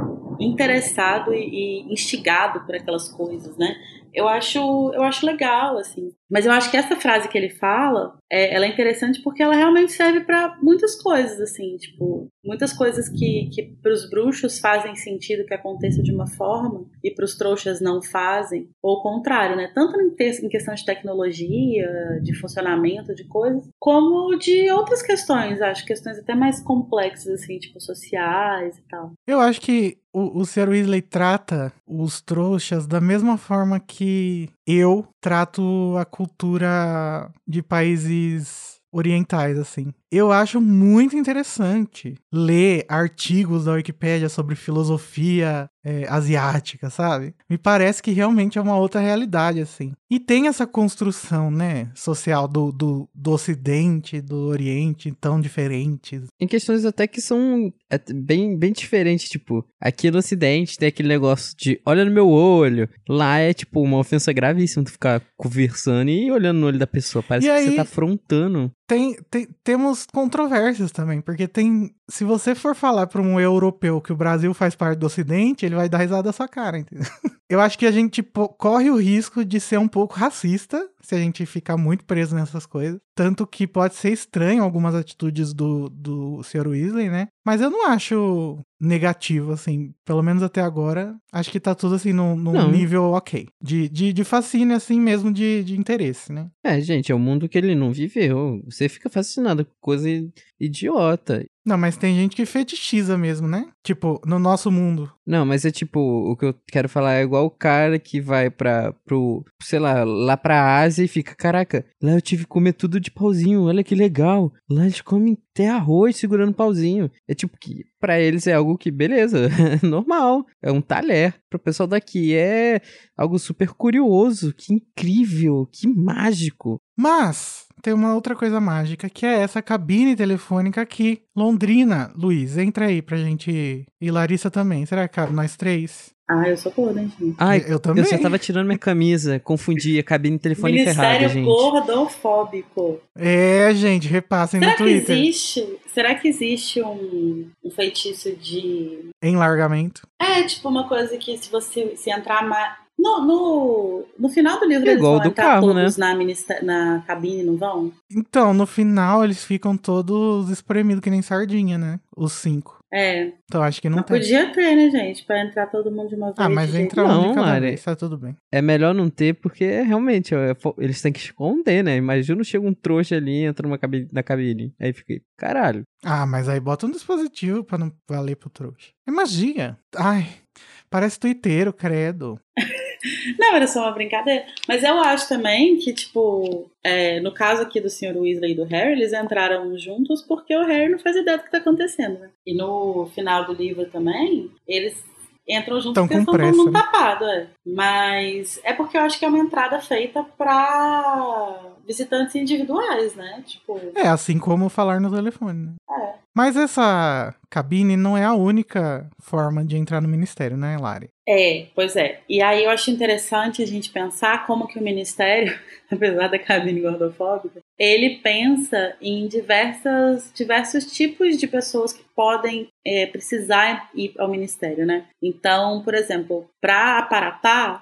interessado e instigado por aquelas coisas, né? Eu acho legal, assim. Mas eu acho que essa frase que ele fala, ela é interessante porque ela realmente serve pra muitas coisas, assim, tipo, muitas coisas que pros bruxos fazem sentido que aconteça de uma forma e pros trouxas não fazem, ou o contrário, né? Tanto em questão de tecnologia, de funcionamento de coisas, como de outras questões, acho, questões até mais complexas, assim, tipo, sociais e tal. Eu acho que o Sr. Weasley trata os trouxas da mesma forma que eu trato a cultura de países orientais, assim. Eu acho muito interessante ler artigos da Wikipédia sobre filosofia asiática, sabe? Me parece que realmente é uma outra realidade, assim. E tem essa construção, né, social do Ocidente, do Oriente, tão diferentes. Em questões até que são bem, bem diferentes, tipo, aqui no Ocidente tem aquele negócio de olha no meu olho. Lá é, tipo, uma ofensa gravíssima tu ficar conversando e olhando no olho da pessoa. Parece que você tá afrontando. Temos controvérsias também, porque se você for falar para um europeu que o Brasil faz parte do Ocidente, ele vai dar risada da sua cara, entendeu? Eu acho que a gente corre o risco de ser um pouco racista se a gente ficar muito preso nessas coisas. Tanto que pode ser estranho algumas atitudes do Sr. Weasley, né? Mas eu não acho negativo, assim. Pelo menos até agora. Acho que tá tudo, assim, num nível ok. De fascínio, assim, mesmo de interesse, né? Gente, é um mundo que ele não viveu. Você fica fascinado com coisa idiota. Não, mas tem gente que fetichiza mesmo, né? Tipo, no nosso mundo. Não, mas é tipo, o que eu quero falar é igual o cara que vai sei lá, lá pra Ásia e fica, caraca, lá eu tive que comer tudo de pauzinho, olha que legal. Lá eles comem até arroz segurando pauzinho. É tipo que pra eles é algo que, beleza, é normal, é um talher. Pro pessoal daqui é algo super curioso, que incrível, que mágico. Mas tem uma outra coisa mágica, que é essa cabine telefônica aqui. Londrina, Luiz, entra aí pra gente ir. E Larissa também. Será que cabe nós 3? Ah, eu sou toda, gente. Ai, Eu também. Eu só tava tirando minha camisa, confundi a cabine telefônica errada, Ministério gente. gordofóbico. É, gente, repassem no Twitter. Será que existe um feitiço de... Em largamento. É, tipo uma coisa que se entrar mais... No final do livro eles Igual vão do entrar carro, todos na cabine, não vão? Então, no final, eles ficam todos espremidos que nem sardinha, né? Os 5. É. Então, acho que não Mas tem. podia ter, né, gente? Pra entrar todo mundo de uma vez. Ah, mas de entra jeito- um de Não, cada Mari. vez, tá tudo bem. É melhor não ter, porque realmente eles têm que esconder, né? Imagina chega um trouxa ali e entra na cabine. Aí fiquei, caralho. Ah, mas aí bota um dispositivo pra não valer pro trouxa. É magia. Ai, parece tuiteiro, credo. Não, era só uma brincadeira. Mas eu acho também que, tipo, no caso aqui do Sr. Weasley e do Harry, eles entraram juntos porque o Harry não faz ideia do que tá acontecendo, né? E no final do livro também, eles entram juntos Tão porque com estão todo pressa, mundo né? tapado, Mas é porque eu acho que é uma entrada feita pra visitantes individuais, né? Tipo, É, assim como falar no telefone, né? é. Mas essa cabine não é a única forma de entrar no ministério, né, Lari? Pois é. E aí eu acho interessante a gente pensar como que o Ministério, apesar da cabine gordofóbica, ele pensa em diversos tipos de pessoas que podem precisar ir ao Ministério, né? Então, por exemplo, para aparatar,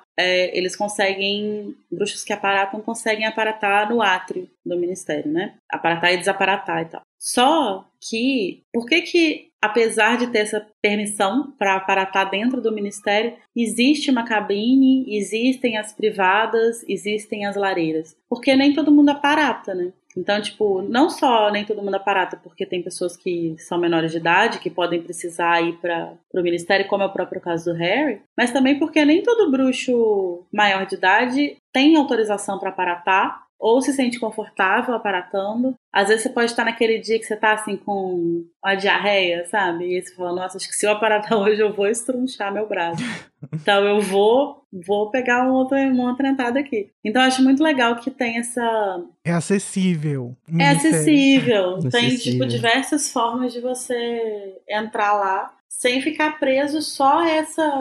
bruxos que aparatam conseguem aparatar no átrio do Ministério, né? Aparatar e desaparatar e tal. Só que, por que apesar de ter essa permissão para aparatar dentro do Ministério, existe uma cabine, existem as privadas, existem as lareiras? Porque nem todo mundo aparata, né? Então, tipo, não só nem todo mundo aparata, porque tem pessoas que são menores de idade, que podem precisar ir para o Ministério, como é o próprio caso do Harry, mas também porque nem todo bruxo maior de idade tem autorização para aparatar, ou se sente confortável aparatando. Às vezes você pode estar naquele dia que você tá assim com uma diarreia, sabe? E aí você fala, nossa, acho que se eu aparatar hoje eu vou estrunchar meu braço. Então eu vou pegar uma outra entrada aqui. Então eu acho muito legal que tem essa... É acessível. o É ministério. acessível. Tem, Acessível. tipo, diversas formas de você entrar lá sem ficar preso só a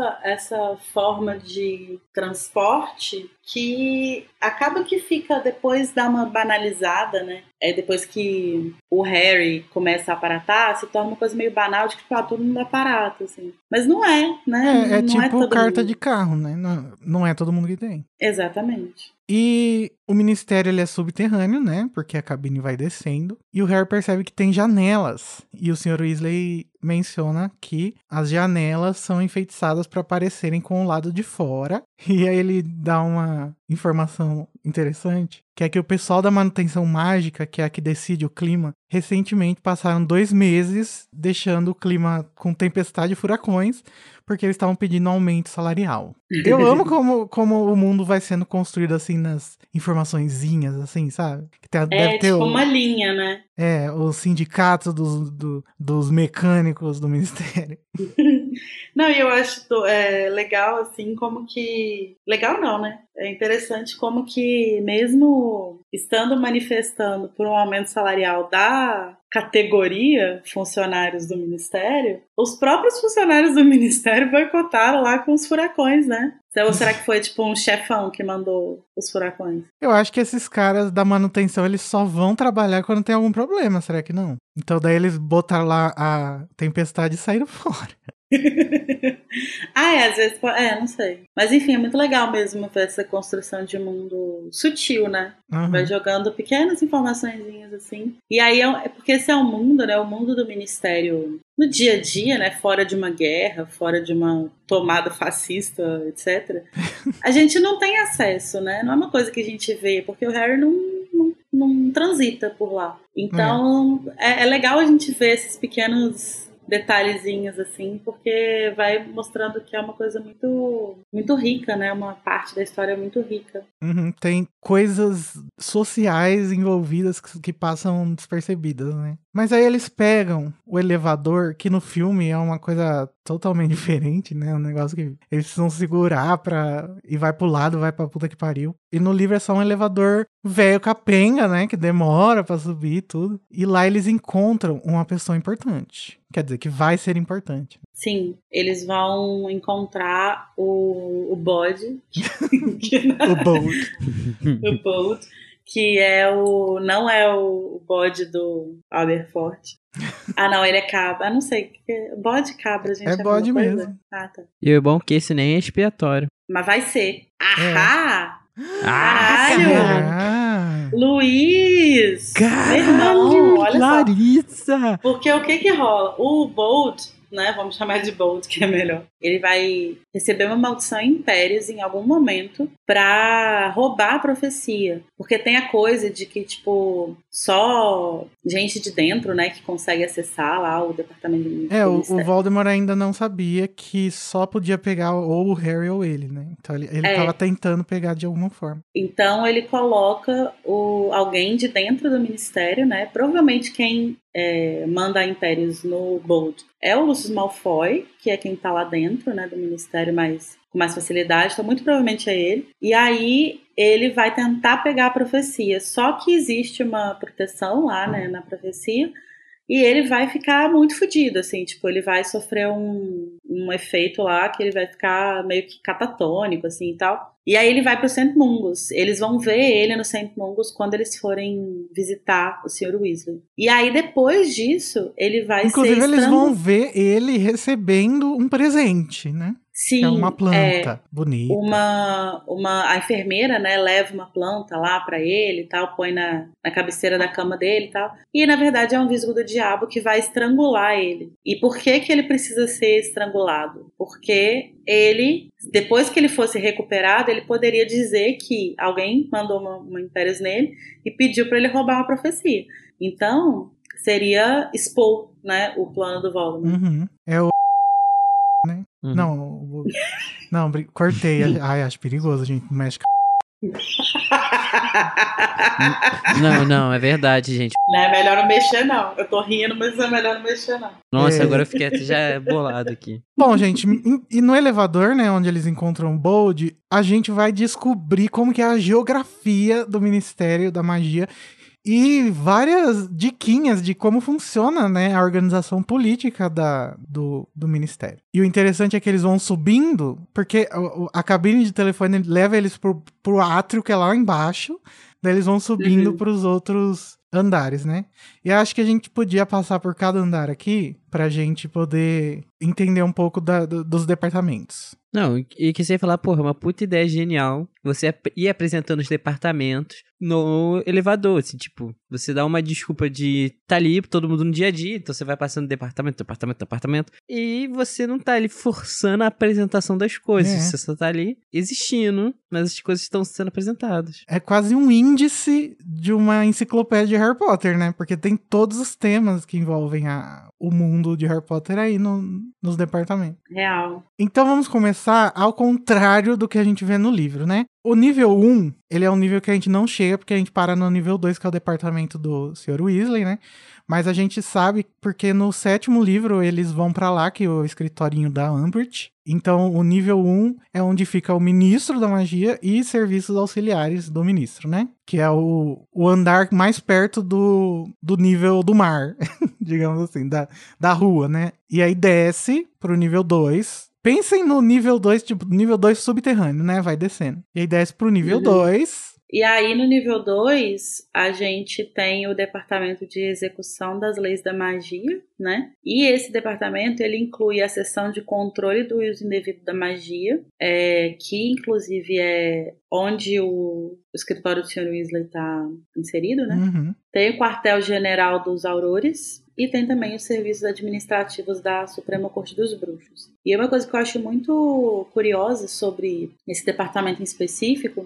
essa forma de transporte que acaba que fica, depois dá uma banalizada, né? Depois que o Harry começa a aparatar, se torna uma coisa meio banal de que todo mundo aparata, assim. Mas não é, né? É Não tipo todo carta mundo. de carro, né? Não é todo mundo que tem. Exatamente. E o ministério ele é subterrâneo, né? Porque a cabine vai descendo. E o Harry percebe que tem janelas. E o Sr. Weasley menciona que as janelas são enfeitiçadas para aparecerem com o lado de fora. E aí ele dá uma informação interessante, que é que o pessoal da manutenção mágica, que é a que decide o clima, recentemente passaram 2 meses deixando o clima com tempestade e furacões, porque eles estavam pedindo aumento salarial. Eu amo como o mundo vai sendo construído assim nas informaçõezinhas, assim, sabe? Que deve ter tipo uma linha, né? o sindicato dos mecânicos do ministério. Não, e eu acho legal, assim, como que... Legal não, né? É interessante como que, mesmo estando manifestando por um aumento salarial da categoria funcionários do Ministério, os próprios funcionários do Ministério boicotaram lá com os furacões, né? Ou será que foi, tipo, um chefão que mandou os furacões? Eu acho que esses caras da manutenção, eles só vão trabalhar quando tem algum problema, será que não? Então daí eles botaram lá a tempestade e saíram fora. Às vezes, não sei. Mas enfim, é muito legal mesmo ver essa construção de mundo sutil, né? Uhum. Vai jogando pequenas informaçõezinhas assim. E aí, porque esse é o mundo, né? O mundo do Ministério no dia a dia, né? Fora de uma guerra, fora de uma tomada fascista, etc. A gente não tem acesso, né? Não é uma coisa que a gente vê, porque o Harry não transita por lá. Então é legal a gente ver esses pequenos detalhezinhos assim, porque vai mostrando que é uma coisa muito, muito rica, né? Uma parte da história muito rica. Tem coisas sociais envolvidas que passam despercebidas, né? Mas aí eles pegam o elevador, que no filme é uma coisa totalmente diferente, né? Um negócio que eles precisam segurar e vai pro lado, vai pra puta que pariu. E no livro é só um elevador velho capenga, né? Que demora pra subir e tudo. E lá eles encontram uma pessoa importante. Quer dizer, que vai ser importante. Sim, eles vão encontrar o bode. O Bolt. O Bolt, que não é o bode do Aberforth. Ah, não, ele é cabra. Ah, não sei. Bode cabra, gente. É bode a mesma coisa? mesmo. Ah, tá. E o bom é que esse nem é expiatório. Mas vai ser. Ahá! Caralho! Luiz! Caralho, irmão, olha Larissa! só. Porque o que rola? O Bolt, né? Vamos chamar de Bolt, que é melhor. Ele vai receber uma maldição em Impérios em algum momento pra roubar a profecia. Porque tem a coisa de que, tipo, só gente de dentro, né, que consegue acessar lá o departamento de o Voldemort ainda não sabia que só podia pegar ou o Harry ou ele, né? Então ele tava tentando pegar de alguma forma. Então ele coloca alguém de dentro do ministério, né? Provavelmente quem manda a Impérios no Bolt é o Lucius Malfoy, que é quem tá lá dentro, né, do ministério com mais facilidade, então muito provavelmente é ele. E aí ele vai tentar pegar a profecia, só que existe uma proteção lá, né, na profecia, e ele vai ficar muito fodido, assim, tipo, ele vai sofrer um efeito lá que ele vai ficar meio que catatônico, assim, e tal. E aí ele vai pro St. Mungus. Eles vão ver ele no St. Mungus quando eles forem visitar o Sr. Weasley. E aí, depois disso, ele vai Inclusive, eles vão ver ele recebendo um presente, né? Sim, que é uma planta bonita. A enfermeira, né, leva uma planta lá pra ele e tal, põe na cabeceira da cama dele e tal. E, na verdade, é um visgo do diabo que vai estrangular ele. E por que ele precisa ser estrangulado? Porque ele, depois que ele fosse recuperado, ele poderia dizer que alguém mandou uma Impérios nele e pediu pra ele roubar uma profecia. Então, seria expor, né, o plano do Voldemort. É o né? Não, cortei. Ai, acho perigoso, gente. Não mexe. Não, é verdade, gente. Não é melhor não mexer, não. Eu tô rindo, mas é melhor não mexer, não. Nossa, agora eu fiquei até já bolado aqui. Bom, gente, e no elevador, né, onde eles encontram o Bold, a gente vai descobrir como que é a geografia do Ministério da Magia e várias diquinhas de como funciona, né, a organização política do Ministério. E o interessante é que eles vão subindo, porque a cabine de telefone leva eles pro átrio que é lá embaixo, daí eles vão subindo pros outros andares, né? E acho que a gente podia passar por cada andar aqui pra gente poder entender um pouco dos departamentos. Não, e que você ia falar, porra, uma puta ideia genial. Você ir apresentando os departamentos no elevador, assim, tipo, você dá uma desculpa de tá ali todo mundo no dia a dia, então você vai passando departamento, e você não tá ali forçando a apresentação das coisas, você só tá ali existindo, mas as coisas estão sendo apresentadas. É quase um índice de uma enciclopédia de Harry Potter, né? Porque tem todos os temas que envolvem o mundo de Harry Potter aí nos departamentos. Real. Então vamos começar ao contrário do que a gente vê no livro, né? O nível 1, ele é um nível que a gente não chega, porque a gente para no nível 2, que é o departamento do Sr. Weasley, né? Mas a gente sabe porque no 7º livro eles vão pra lá, que é o escritorinho da Umbridge. Então o nível 1 é onde fica o ministro da magia e serviços auxiliares do ministro, né? Que é o andar mais perto do nível do mar, digamos assim, da rua, né? E aí desce pro nível 2. Pensem no nível 2, tipo, nível 2 subterrâneo, né? Vai descendo. E aí desce pro nível 2. E aí, no nível 2, a gente tem o departamento de execução das leis da magia, né? E esse departamento, ele inclui a seção de controle do uso indevido da magia, que inclusive é onde o escritório do Sr. Weasley está inserido, né? Tem o quartel-general dos Aurores, e tem também os serviços administrativos da Suprema Corte dos Bruxos. E uma coisa que eu acho muito curiosa sobre esse departamento em específico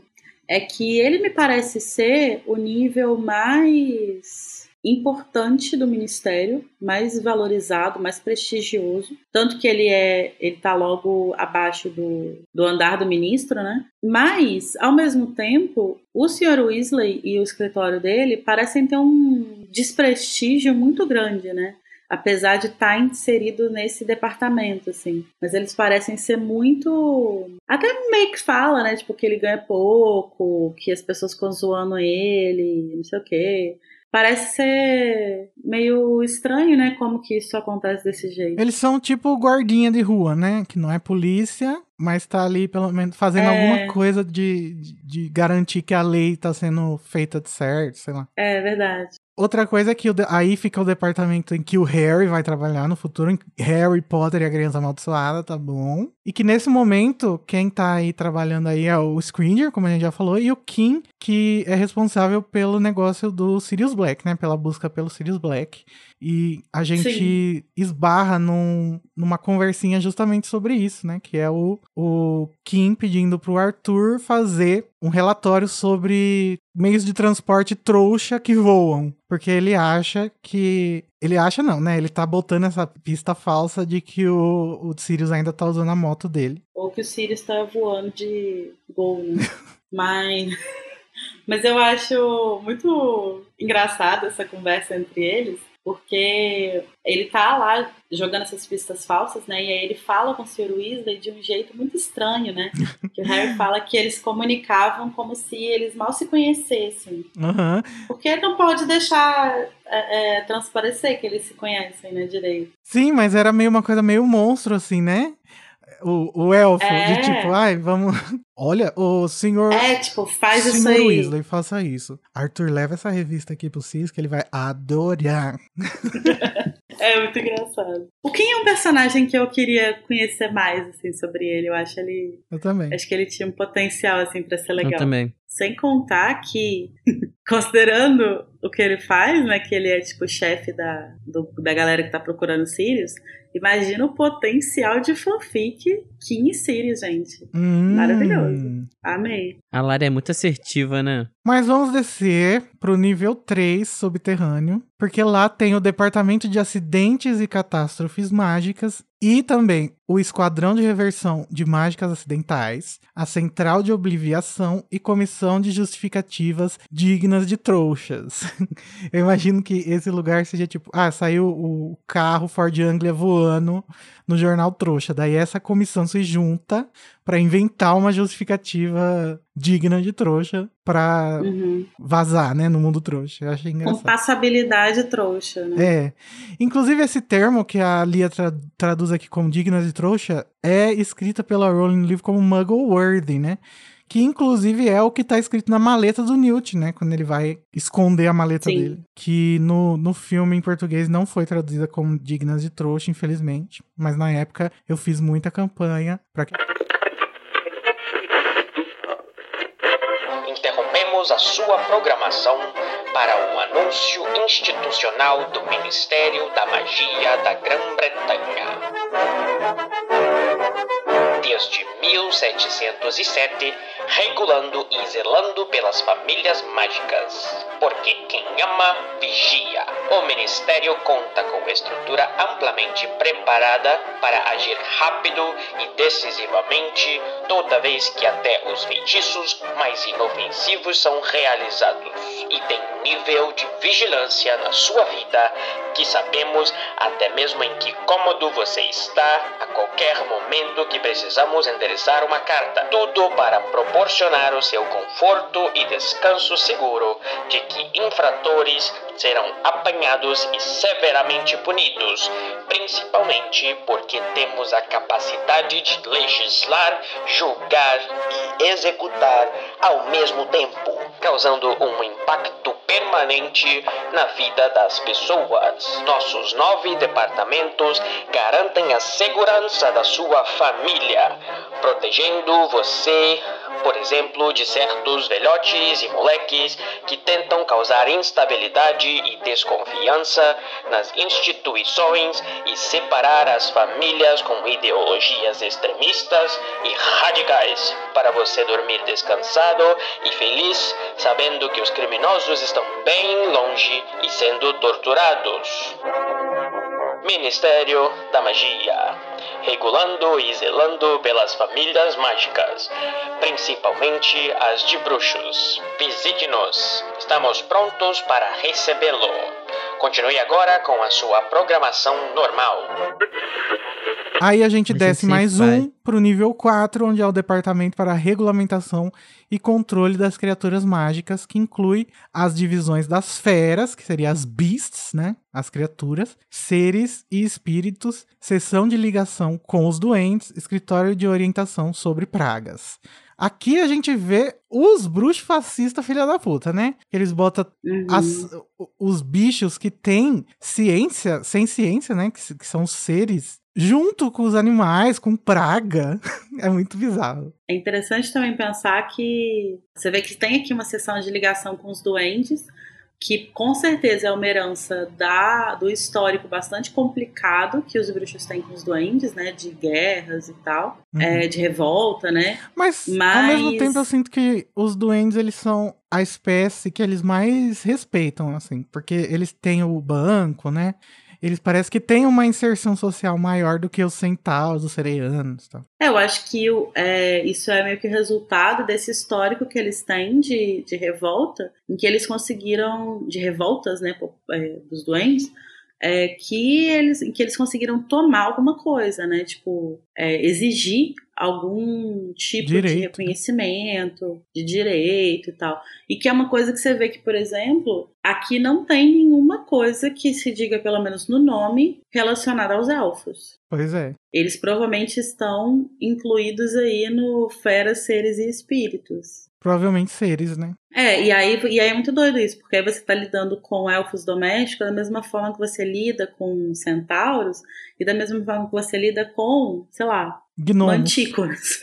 é que ele me parece ser o nível mais importante do ministério, mais valorizado, mais prestigioso, tanto que ele tá logo abaixo do andar do ministro, né? Mas, ao mesmo tempo, o Sr. Weasley e o escritório dele parecem ter um desprestígio muito grande, né? Apesar de estar inserido nesse departamento, assim. Mas eles parecem ser muito... Até meio que fala, né? Tipo, que ele ganha pouco, que as pessoas ficam zoando ele, não sei o quê. Parece ser meio estranho, né? Como que isso acontece desse jeito. Eles são tipo guardinha de rua, né? Que não é polícia, mas tá ali pelo menos fazendo alguma coisa de garantir que a lei tá sendo feita de certo, sei lá. É verdade. Outra coisa é que aí fica o departamento em que o Harry vai trabalhar no futuro. Harry Potter e a Criança Amaldiçoada, tá bom? E que nesse momento, quem tá aí trabalhando aí é o Scringer, como a gente já falou, e o Kim, que é responsável pelo negócio do Sirius Black, né? Pela busca pelo Sirius Black. E a gente esbarra numa conversinha justamente sobre isso, né? Que é o Kim pedindo pro Arthur fazer um relatório sobre meios de transporte trouxa que voam. Porque ele acha que... Ele acha não, né? Ele tá botando essa pista falsa de que o Sirius ainda tá usando a moto dele. Ou que o Sirius tá voando de Gol, né? Mas eu acho muito engraçada essa conversa entre eles, porque ele tá lá jogando essas pistas falsas, né? E aí ele fala com o Sr. Weasley de um jeito muito estranho, né? Que o Harry fala que eles comunicavam como se eles mal se conhecessem. Uhum. Porque não pode deixar transparecer que eles se conhecem, né, direito. Sim, mas era meio uma coisa meio monstro, assim, né? O elfo, de tipo, ai, vamos... Olha, o senhor... tipo, faz isso Senhor aí. Weasley, faça isso. Arthur, leva essa revista aqui pro Sirius que ele vai adorar. É muito engraçado. O Kim é um personagem que eu queria conhecer mais, assim, sobre ele. Eu acho ele... Eu também. Acho que ele tinha um potencial, assim, pra ser legal. Eu também. Sem contar que, considerando o que ele faz, né, que ele é, tipo, o chefe da galera que tá procurando Sirius, imagina o potencial de fanfic Kim e Sirius, gente. Maravilhoso. Amei. A Lara é muito assertiva, né? Mas vamos descer pro nível 3 subterrâneo, porque lá tem o Departamento de Acidentes e Catástrofes Mágicas e também o Esquadrão de Reversão de Mágicas Acidentais, a Central de Obliviação e Comissão de Justificativas Dignas de Trouxas. Eu imagino que esse lugar seja tipo, saiu o carro Ford Anglia voando no jornal trouxa. Daí essa comissão se junta pra inventar uma justificativa digna de trouxa pra vazar, né, no mundo trouxa. Eu achei engraçado. Com passabilidade trouxa, né? É. Inclusive, esse termo que a Lia traduz aqui como digna de trouxa é escrita pela Rowling no livro como muggle-worthy, né? Que, inclusive, é o que tá escrito na maleta do Newt, né? Quando ele vai esconder a maleta dele. Que no filme, em português, não foi traduzida como dignas de trouxa, infelizmente. Mas, na época, eu fiz muita campanha pra que... Interrompemos a sua programação para um anúncio institucional do Ministério da Magia da Grã-Bretanha. Desde 1707, regulando e zelando pelas famílias mágicas. Porque quem ama, vigia. O Ministério conta com estrutura amplamente preparada para agir rápido e decisivamente toda vez que até os feitiços mais inofensivos são realizados. E tem nível de vigilância na sua vida que sabemos até mesmo em que cômodo você está a qualquer momento que precisamos endereçar uma carta. Tudo para proporcionar o seu conforto e descanso seguro de que infratores serão apanhados e severamente punidos, principalmente porque temos a capacidade de legislar, julgar e executar ao mesmo tempo, causando um impacto permanente na vida das pessoas. Nossos 9 departamentos garantem a segurança da sua família, protegendo você, Por exemplo, de certos velhotes e moleques que tentam causar instabilidade e desconfiança nas instituições e separar as famílias com ideologias extremistas e radicais, para você dormir descansado e feliz, sabendo que os criminosos estão bem longe e sendo torturados. Ministério da Magia, regulando e zelando pelas famílias mágicas, principalmente as de bruxos. Visite-nos, estamos prontos para recebê-lo. Continue agora com a sua programação normal. Aí a gente desce mais um pro nível 4, onde é o Departamento para Regulamentação e Controle das Criaturas Mágicas, que inclui as divisões das feras, que seriam as beasts, né? As criaturas, seres e espíritos, seção de ligação com os doentes, escritório de orientação sobre pragas. Aqui a gente vê os bruxos fascistas filha da puta, né? Eles botam os bichos que têm ciência, sem ciência, né? Que são seres, junto com os animais, com praga. É muito bizarro. É interessante também pensar que você vê que tem aqui uma seção de ligação com os doentes, que com certeza é uma herança do histórico bastante complicado que os bruxos têm com os duendes, né, de guerras e tal, de revolta, né. Mas ao mesmo tempo eu sinto que os duendes, eles são a espécie que eles mais respeitam, assim, porque eles têm o banco, né, eles parecem que têm uma inserção social maior do que os centauros, os sereianos e tal. Eu acho que isso é meio que resultado desse histórico que eles têm de revolta, em que eles conseguiram, de revoltas, né, dos duendes, em que eles conseguiram tomar alguma coisa, né, tipo, exigir algum tipo de reconhecimento, de direito e tal. E que é uma coisa que você vê que, por exemplo, aqui não tem nenhuma coisa que se diga, pelo menos no nome, relacionada aos elfos. Pois é. Eles provavelmente estão incluídos aí no feras, seres e espíritos. Provavelmente seres, né? E aí é muito doido isso, porque aí você tá lidando com elfos domésticos da mesma forma que você lida com centauros e da mesma forma que você lida com, sei lá, gnomos. Mantícoras.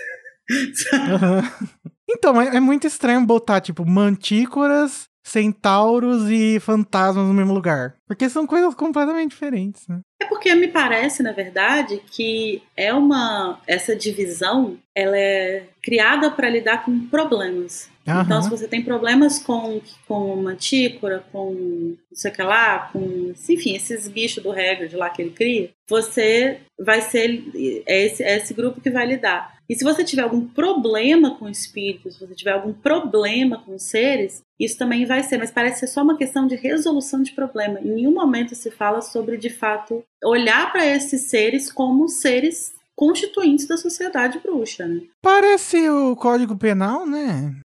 Então, é muito estranho botar, tipo, mantícoras, centauros e fantasmas no mesmo lugar. Porque são coisas completamente diferentes, né? É porque me parece, na verdade, que essa divisão, ela é criada para lidar com problemas. Uhum. Então, se você tem problemas com mantícora, com não sei o que lá, com, enfim, esses bichos do Hagrid lá que ele cria, você vai ser esse grupo que vai lidar. E se você tiver algum problema com espíritos, se você tiver algum problema com seres, isso também vai ser, mas parece ser só uma questão de resolução de problema. Em nenhum momento se fala sobre, de fato, olhar para esses seres como seres constituintes da sociedade bruxa, né? Parece o Código Penal, né?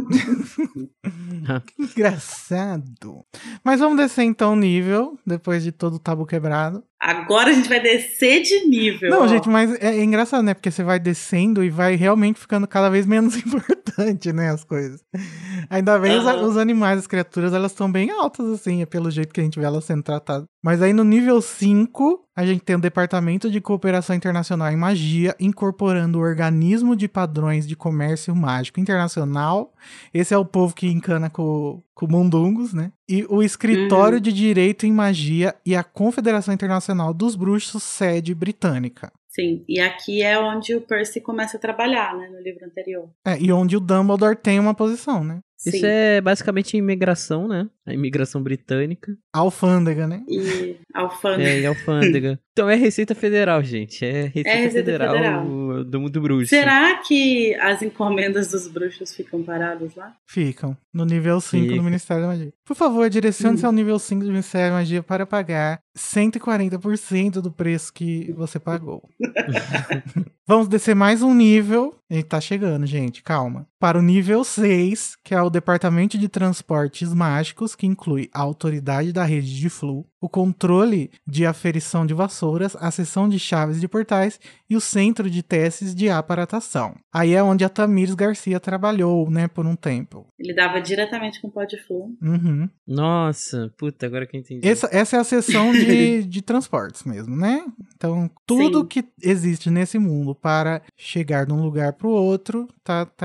Que engraçado. Mas vamos descer então o nível, depois de todo o tabu quebrado. Agora a gente vai descer de nível. Não, gente, mas é engraçado, né? Porque você vai descendo e vai realmente ficando cada vez menos importante, né? As coisas. Ainda bem os animais, as criaturas, elas estão bem altas, assim, é pelo jeito que a gente vê elas sendo tratadas. Mas aí no nível 5, a gente tem o Departamento de Cooperação Internacional em Magia, incorporando o Organismo de Padrões de Comércio Mágico Internacional. Esse é o povo que encana com Mundungos, né? E o Escritório de Direito em Magia e a Confederação Internacional dos Bruxos, sede britânica. Sim, e aqui é onde o Percy começa a trabalhar, né, no livro anterior. E onde o Dumbledore tem uma posição, né? Sim. Isso é basicamente imigração, né? A imigração britânica. Alfândega, né? E alfândega. E alfândega. Então é Receita Federal, gente. É Receita Federal do mundo bruxo. Será que as encomendas dos bruxos ficam paradas lá? Ficam. No nível 5 do Ministério da Magia. Por favor, direcione-se ao nível 5 do Ministério da Magia para pagar 140% do preço que você pagou. Vamos descer mais um nível. A gente tá chegando, gente. Calma. Para o nível 6, que é o Departamento de Transportes Mágicos, que inclui a autoridade da rede de Flu, o controle de aferição de vassouras, a seção de chaves de portais e o centro de testes de aparatação. Aí é onde a Tamires Garcia trabalhou, né, por um tempo. Ele dava diretamente com o pó de Flu. Uhum. Nossa, puta, agora que eu entendi. Essa é a seção de transportes mesmo, né? Então, tudo que existe nesse mundo para chegar de um lugar pro outro tá aí nesse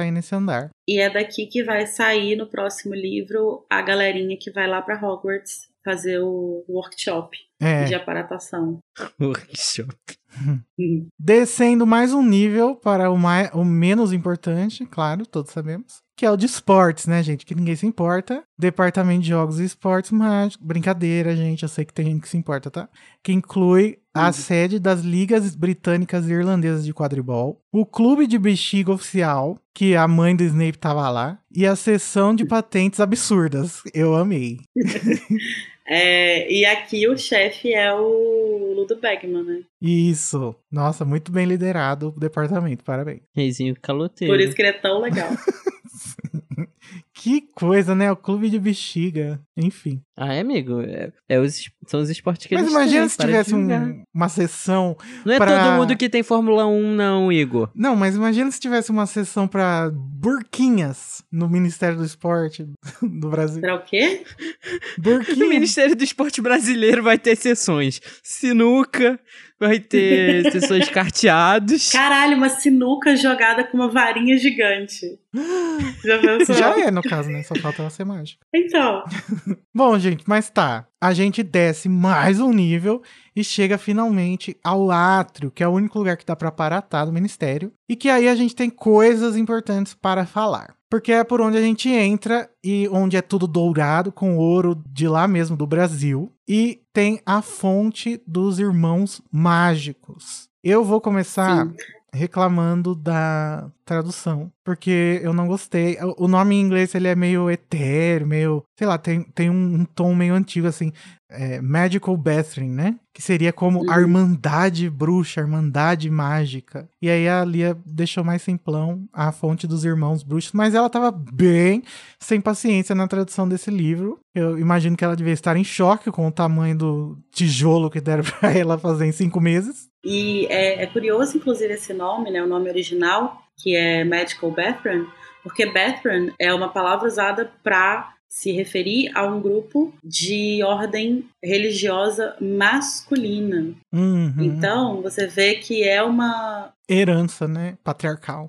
andar. E é daqui que vai sair no próximo livro a galerinha que vai lá pra Hogwarts fazer o workshop de aparatação. Workshop. Descendo mais um nível para o menos importante, claro, todos sabemos, que é o de esportes, né, gente? Que ninguém se importa. Departamento de Jogos e Esportes Mágicos. Brincadeira, gente, eu sei que tem gente que se importa, tá? Que inclui a sede das ligas britânicas e irlandesas de quadribol, o clube de bexiga oficial, que a mãe do Snape tava lá, e a seção de patentes absurdas. Eu amei. E aqui o chefe é o Ludo Bagman, né? Isso. Nossa, muito bem liderado o departamento. Parabéns. Reizinho caloteiro. Por isso que ele é tão legal. Que coisa, né? O clube de bexiga. Enfim. Ah, amigo? São os esportes que Mas eles imagina têm, se para de tivesse julgar. uma sessão. Não é todo mundo que tem Fórmula 1, não, Igor. Não, mas imagina se tivesse uma sessão pra burquinhas no Ministério do Esporte do Brasil. Pra o quê? O Burquinhas. Ministério do Esporte Brasileiro vai ter sessões. Sinuca, vai ter sessões carteados. Caralho, uma sinuca jogada com uma varinha gigante. Já pensou? Já é, no caso, né? Só falta ela ser mágica. Então. Bom, gente, mas tá. A gente desce mais um nível e chega finalmente ao átrio, que é o único lugar que dá pra aparatar do ministério. E que aí a gente tem coisas importantes para falar. Porque é por onde a gente entra e onde é tudo dourado com ouro de lá mesmo, do Brasil. E tem a fonte dos irmãos mágicos. Eu vou começar reclamando da tradução, porque eu não gostei. O nome em inglês ele é meio etéreo, meio, sei lá, tem um tom meio antigo, assim, Magical Brethren, né? Que seria como a Irmandade Bruxa, a Irmandade Mágica. E aí a Lia deixou mais simplão a fonte dos irmãos bruxos, mas ela tava bem sem paciência na tradução desse livro. Eu imagino que ela devia estar em choque com o tamanho do tijolo que deram pra ela fazer em 5 meses. E é curioso, inclusive, esse nome, né? O nome original, que é Magical Brethren, porque Brethren é uma palavra usada para se referir a um grupo de ordem religiosa masculina. Uhum. Então, você vê que é uma herança, né? Patriarcal.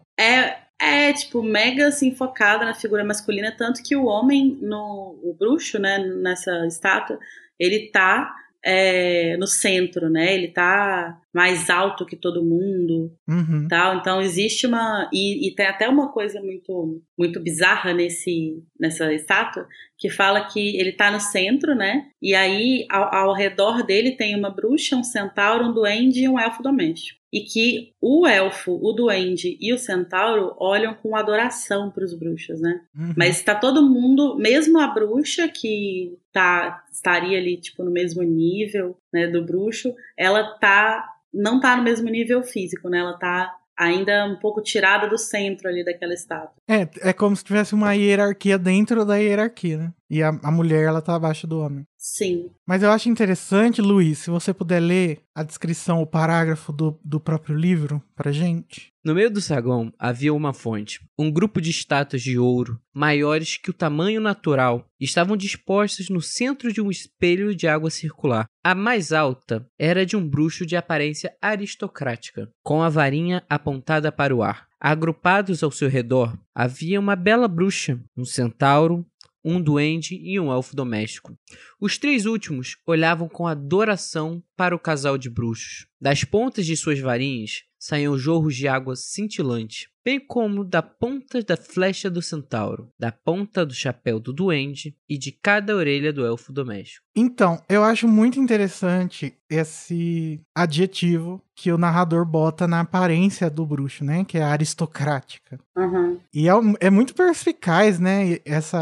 Tipo, mega assim, focada na figura masculina, tanto que o homem, o bruxo, né, nessa estátua, ele tá no centro, né? Ele tá mais alto que todo mundo, tal. Então existe e tem até uma coisa muito, muito bizarra nessa estátua, que fala que ele tá no centro, né? E aí ao redor dele tem uma bruxa, um centauro, um duende e um elfo doméstico. E que o elfo, o duende e o centauro olham com adoração para os bruxos, né? Mas tá todo mundo, mesmo a bruxa que estaria ali tipo no mesmo nível, né, do bruxo, ela não tá no mesmo nível físico, né? Ela tá ainda um pouco tirada do centro ali daquela estátua. É como se tivesse uma hierarquia dentro da hierarquia, né? E a mulher, ela tá abaixo do homem. Sim. Mas eu acho interessante, Luiz, se você puder ler a descrição, o parágrafo do próprio livro pra gente. No meio do saguão havia uma fonte. Um grupo de estátuas de ouro, maiores que o tamanho natural, estavam dispostas no centro de um espelho de água circular. A mais alta era de um bruxo de aparência aristocrática, com a varinha apontada para o ar. Agrupados ao seu redor, havia uma bela bruxa, um centauro, um duende e um elfo doméstico. Os 3 últimos olhavam com adoração para o casal de bruxos. Das pontas de suas varinhas saíam jorros de água cintilante, bem como da ponta da flecha do centauro, da ponta do chapéu do duende e de cada orelha do elfo doméstico. Então, eu acho muito interessante esse adjetivo que o narrador bota na aparência do bruxo, né? Que é aristocrática. Uhum. E é muito perspicaz, né?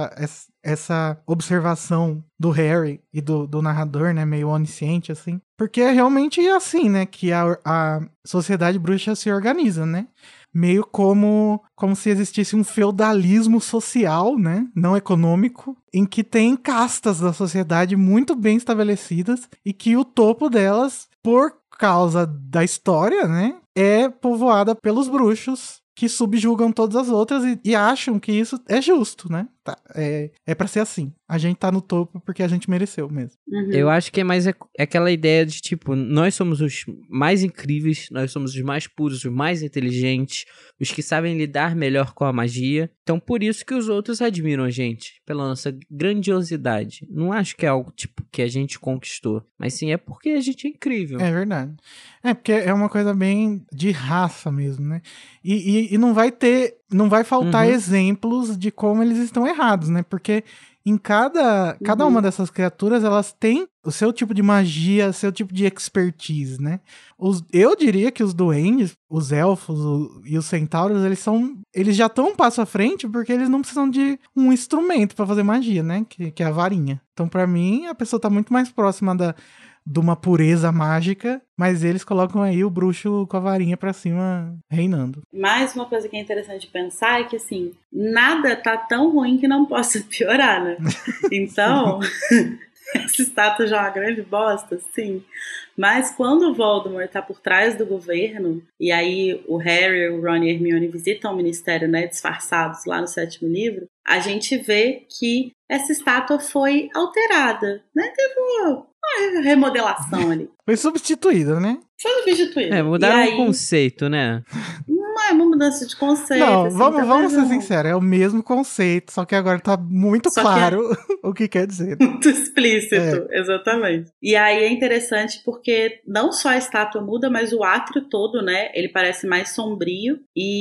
Essa observação do Harry e do narrador, né? Meio onisciente, assim. Porque é realmente assim, né? Que a sociedade bruxa se organiza, né? Meio como se existisse um feudalismo social, né? Não econômico, em que tem castas da sociedade muito bem estabelecidas e que o topo delas, por causa da história, né? É povoada pelos bruxos que subjugam todas as outras e acham que isso é justo, né? tá, é pra ser assim. A gente tá no topo porque a gente mereceu mesmo. Eu acho que é mais aquela ideia de, tipo, nós somos os mais incríveis, nós somos os mais puros, os mais inteligentes, os que sabem lidar melhor com a magia. Então, por isso que os outros admiram a gente, pela nossa grandiosidade. Não acho que é algo, tipo, que a gente conquistou, mas sim é porque a gente é incrível. É verdade. É, porque é uma coisa bem de raça mesmo, né? E não vai faltar exemplos de como eles estão errados, né? Porque em cada uma dessas criaturas, elas têm o seu tipo de magia, seu tipo de expertise, né? Eu diria que os duendes, os elfos e os centauros, eles já estão um passo à frente porque eles não precisam de um instrumento pra fazer magia, né? Que é a varinha. Então, pra mim, a pessoa tá muito mais próxima de uma pureza mágica, mas eles colocam aí o bruxo com a varinha pra cima, reinando. Mais uma coisa que é interessante pensar é que, assim, nada tá tão ruim que não possa piorar, né? Então, essa estátua já é uma grande bosta, sim. Mas quando o Voldemort tá por trás do governo, e aí o Harry, o Ron e a Hermione visitam o Ministério, né, disfarçados lá no 7º livro, a gente vê que essa estátua foi alterada, né? Teve uma remodelação ali. Foi substituída, né? Foi substituída. Mudaram o conceito, né? Não é uma mudança de conceito. Não, assim, vamos ser sinceros, é o mesmo conceito, só que agora tá muito claro o que quer dizer. Muito explícito, exatamente. E aí é interessante porque não só a estátua muda, mas o átrio todo, né, ele parece mais sombrio.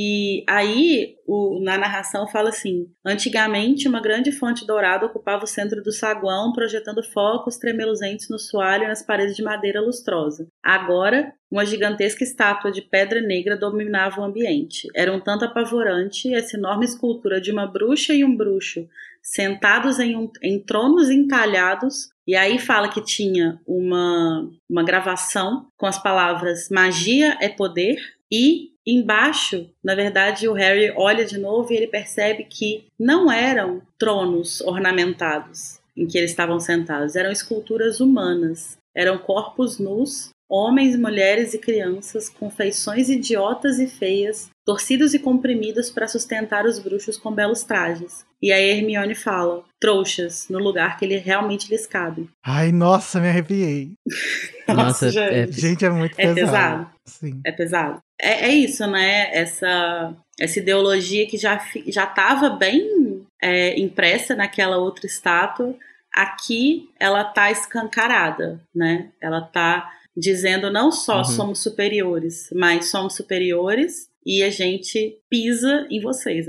E aí, na narração fala assim: antigamente uma grande fonte dourada ocupava o centro do saguão, projetando focos tremeluzentes no soalho e nas paredes de madeira lustrosa. Agora, uma gigantesca estátua de pedra negra dominava o ambiente. Era um tanto apavorante essa enorme escultura de uma bruxa e um bruxo sentados em tronos entalhados. E aí fala que tinha uma gravação com as palavras magia é poder, e embaixo, na verdade, o Harry olha de novo e ele percebe que não eram tronos ornamentados em que eles estavam sentados, eram esculturas humanas, eram corpos nus, homens, mulheres e crianças com feições idiotas e feias, torcidos e comprimidos para sustentar os bruxos com belos trajes. E aí Hermione fala: trouxas, no lugar que ele realmente lhes cabe. Ai, nossa, me arrepiei. Nossa, gente. Gente, é muito pesado. É pesado. Sim. É pesado. É isso, né? Essa ideologia que já estava bem impressa naquela outra estátua, aqui ela tá escancarada, né? Ela tá dizendo não só somos superiores, mas somos superiores e a gente pisa em vocês.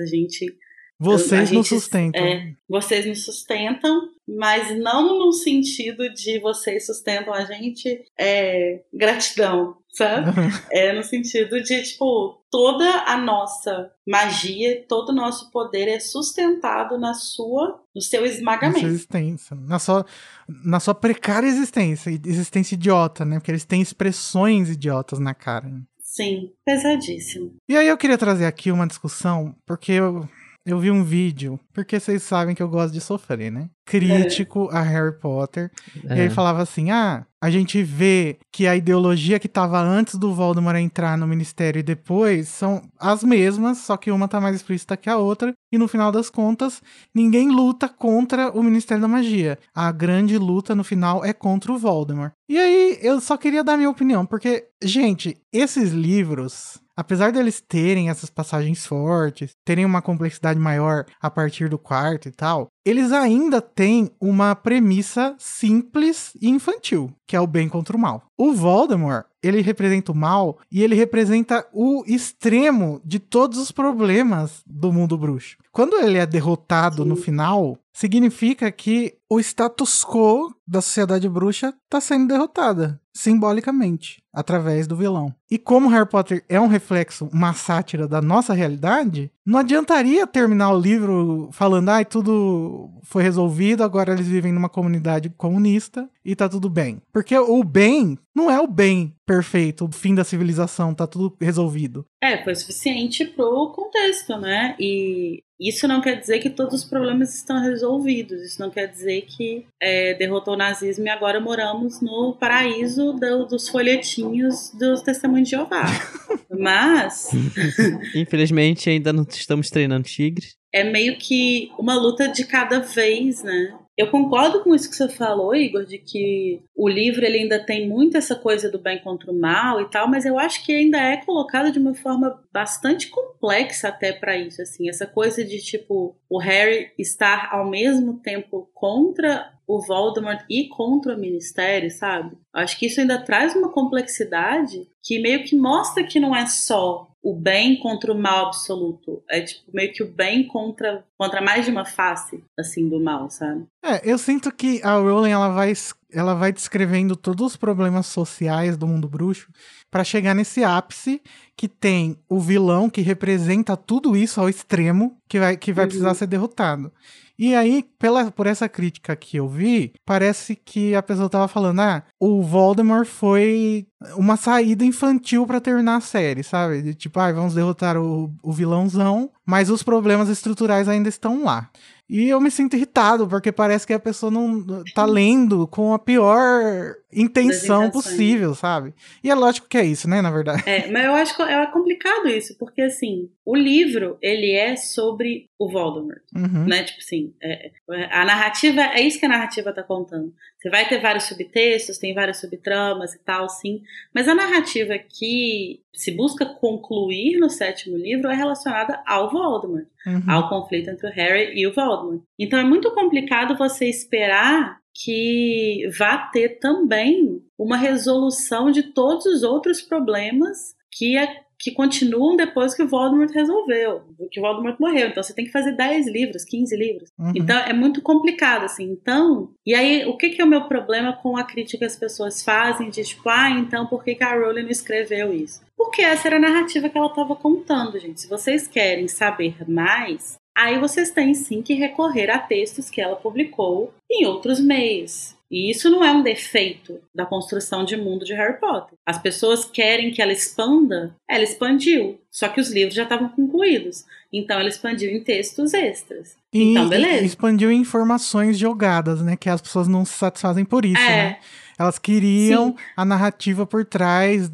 Vocês nos sustentam. Vocês nos sustentam, mas não no sentido de vocês sustentam a gente, gratidão, sabe? É no sentido de, tipo, toda a nossa magia, todo o nosso poder é sustentado no seu esmagamento. Na sua existência. Na sua precária existência idiota, né? Porque eles têm expressões idiotas na cara. Né? Sim, pesadíssimo. E aí eu queria trazer aqui uma discussão, porque eu vi um vídeo, porque vocês sabem que eu gosto de sofrer, né? Crítico a Harry Potter. E aí falava assim, a gente vê que a ideologia que tava antes do Voldemort entrar no Ministério e depois são as mesmas, só que uma tá mais explícita que a outra. E no final das contas, ninguém luta contra o Ministério da Magia. A grande luta no final é contra o Voldemort. E aí, eu só queria dar minha opinião, porque, gente, esses livros, apesar deles terem essas passagens fortes, terem uma complexidade maior a partir do quarto e tal, eles ainda têm uma premissa simples e infantil, que é o bem contra o mal. O Voldemort, ele representa o mal e ele representa o extremo de todos os problemas do mundo bruxo. Quando ele é derrotado no final, significa que o status quo da sociedade bruxa está sendo derrotada, simbolicamente, através do vilão. E como Harry Potter é um reflexo, uma sátira da nossa realidade, não adiantaria terminar o livro falando, tudo foi resolvido, agora eles vivem numa comunidade comunista e tá tudo bem. Porque o bem não é o bem perfeito, o fim da civilização, tá tudo resolvido. Foi suficiente pro contexto, né? E isso não quer dizer que todos os problemas estão resolvidos. Isso não quer dizer que derrotou o nazismo e agora moramos no paraíso dos folhetinhos dos Testemunhos de Jeová. Mas... Infelizmente, ainda não estamos treinando tigres. é meio que uma luta de cada vez, né? Eu concordo com isso que você falou, Igor, de que o livro ele ainda tem muito essa coisa do bem contra o mal e tal, mas eu acho que ainda é colocado de uma forma bastante complexa até pra isso, assim, essa coisa de, tipo, o Harry estar ao mesmo tempo contra o Voldemort e contra o Ministério, sabe? Acho que isso ainda traz uma complexidade que meio que mostra que não é só o bem contra o mal absoluto. É tipo meio que o bem contra mais de uma face, assim, do mal, sabe? Eu sinto que a Rowling, ela vai descrevendo todos os problemas sociais do mundo bruxo pra chegar nesse ápice que tem o vilão que representa tudo isso ao extremo, que vai precisar ser derrotado. E aí, por essa crítica que eu vi, parece que a pessoa tava falando, o Voldemort foi uma saída infantil pra terminar a série, sabe? De tipo, vamos derrotar o vilãozão, mas os problemas estruturais ainda estão lá. E eu me sinto irritado, porque parece que a pessoa não tá lendo com a pior intenção possível, sabe? E é lógico que é isso, né, na verdade. Mas eu acho que é complicado isso, porque, assim, o livro, ele é sobre o Voldemort, né? Tipo assim, a narrativa, é isso que a narrativa tá contando. Você vai ter vários subtextos, tem várias subtramas e tal, sim, mas a narrativa que se busca concluir no 7º livro é relacionada ao Voldemort, ao conflito entre o Harry e o Voldemort. Então é muito complicado você esperar que vá ter também uma resolução de todos os outros problemas que continuam depois que o Voldemort resolveu, que o Voldemort morreu. Então você tem que fazer 10 livros, 15 livros. Então é muito complicado, assim. Então, e aí o que é o meu problema com a crítica que as pessoas fazem de tipo, então por que a Rowling não escreveu isso? Porque essa era a narrativa que ela estava contando, gente. Se vocês querem saber mais, aí vocês têm sim que recorrer a textos que ela publicou em outros meios. E isso não é um defeito da construção de mundo de Harry Potter. As pessoas querem que ela expanda, ela expandiu. Só que os livros já estavam concluídos. Então ela expandiu em textos extras. Então, beleza. E expandiu em informações jogadas, né? Que as pessoas não se satisfazem por isso, né? Elas queriam a narrativa por trás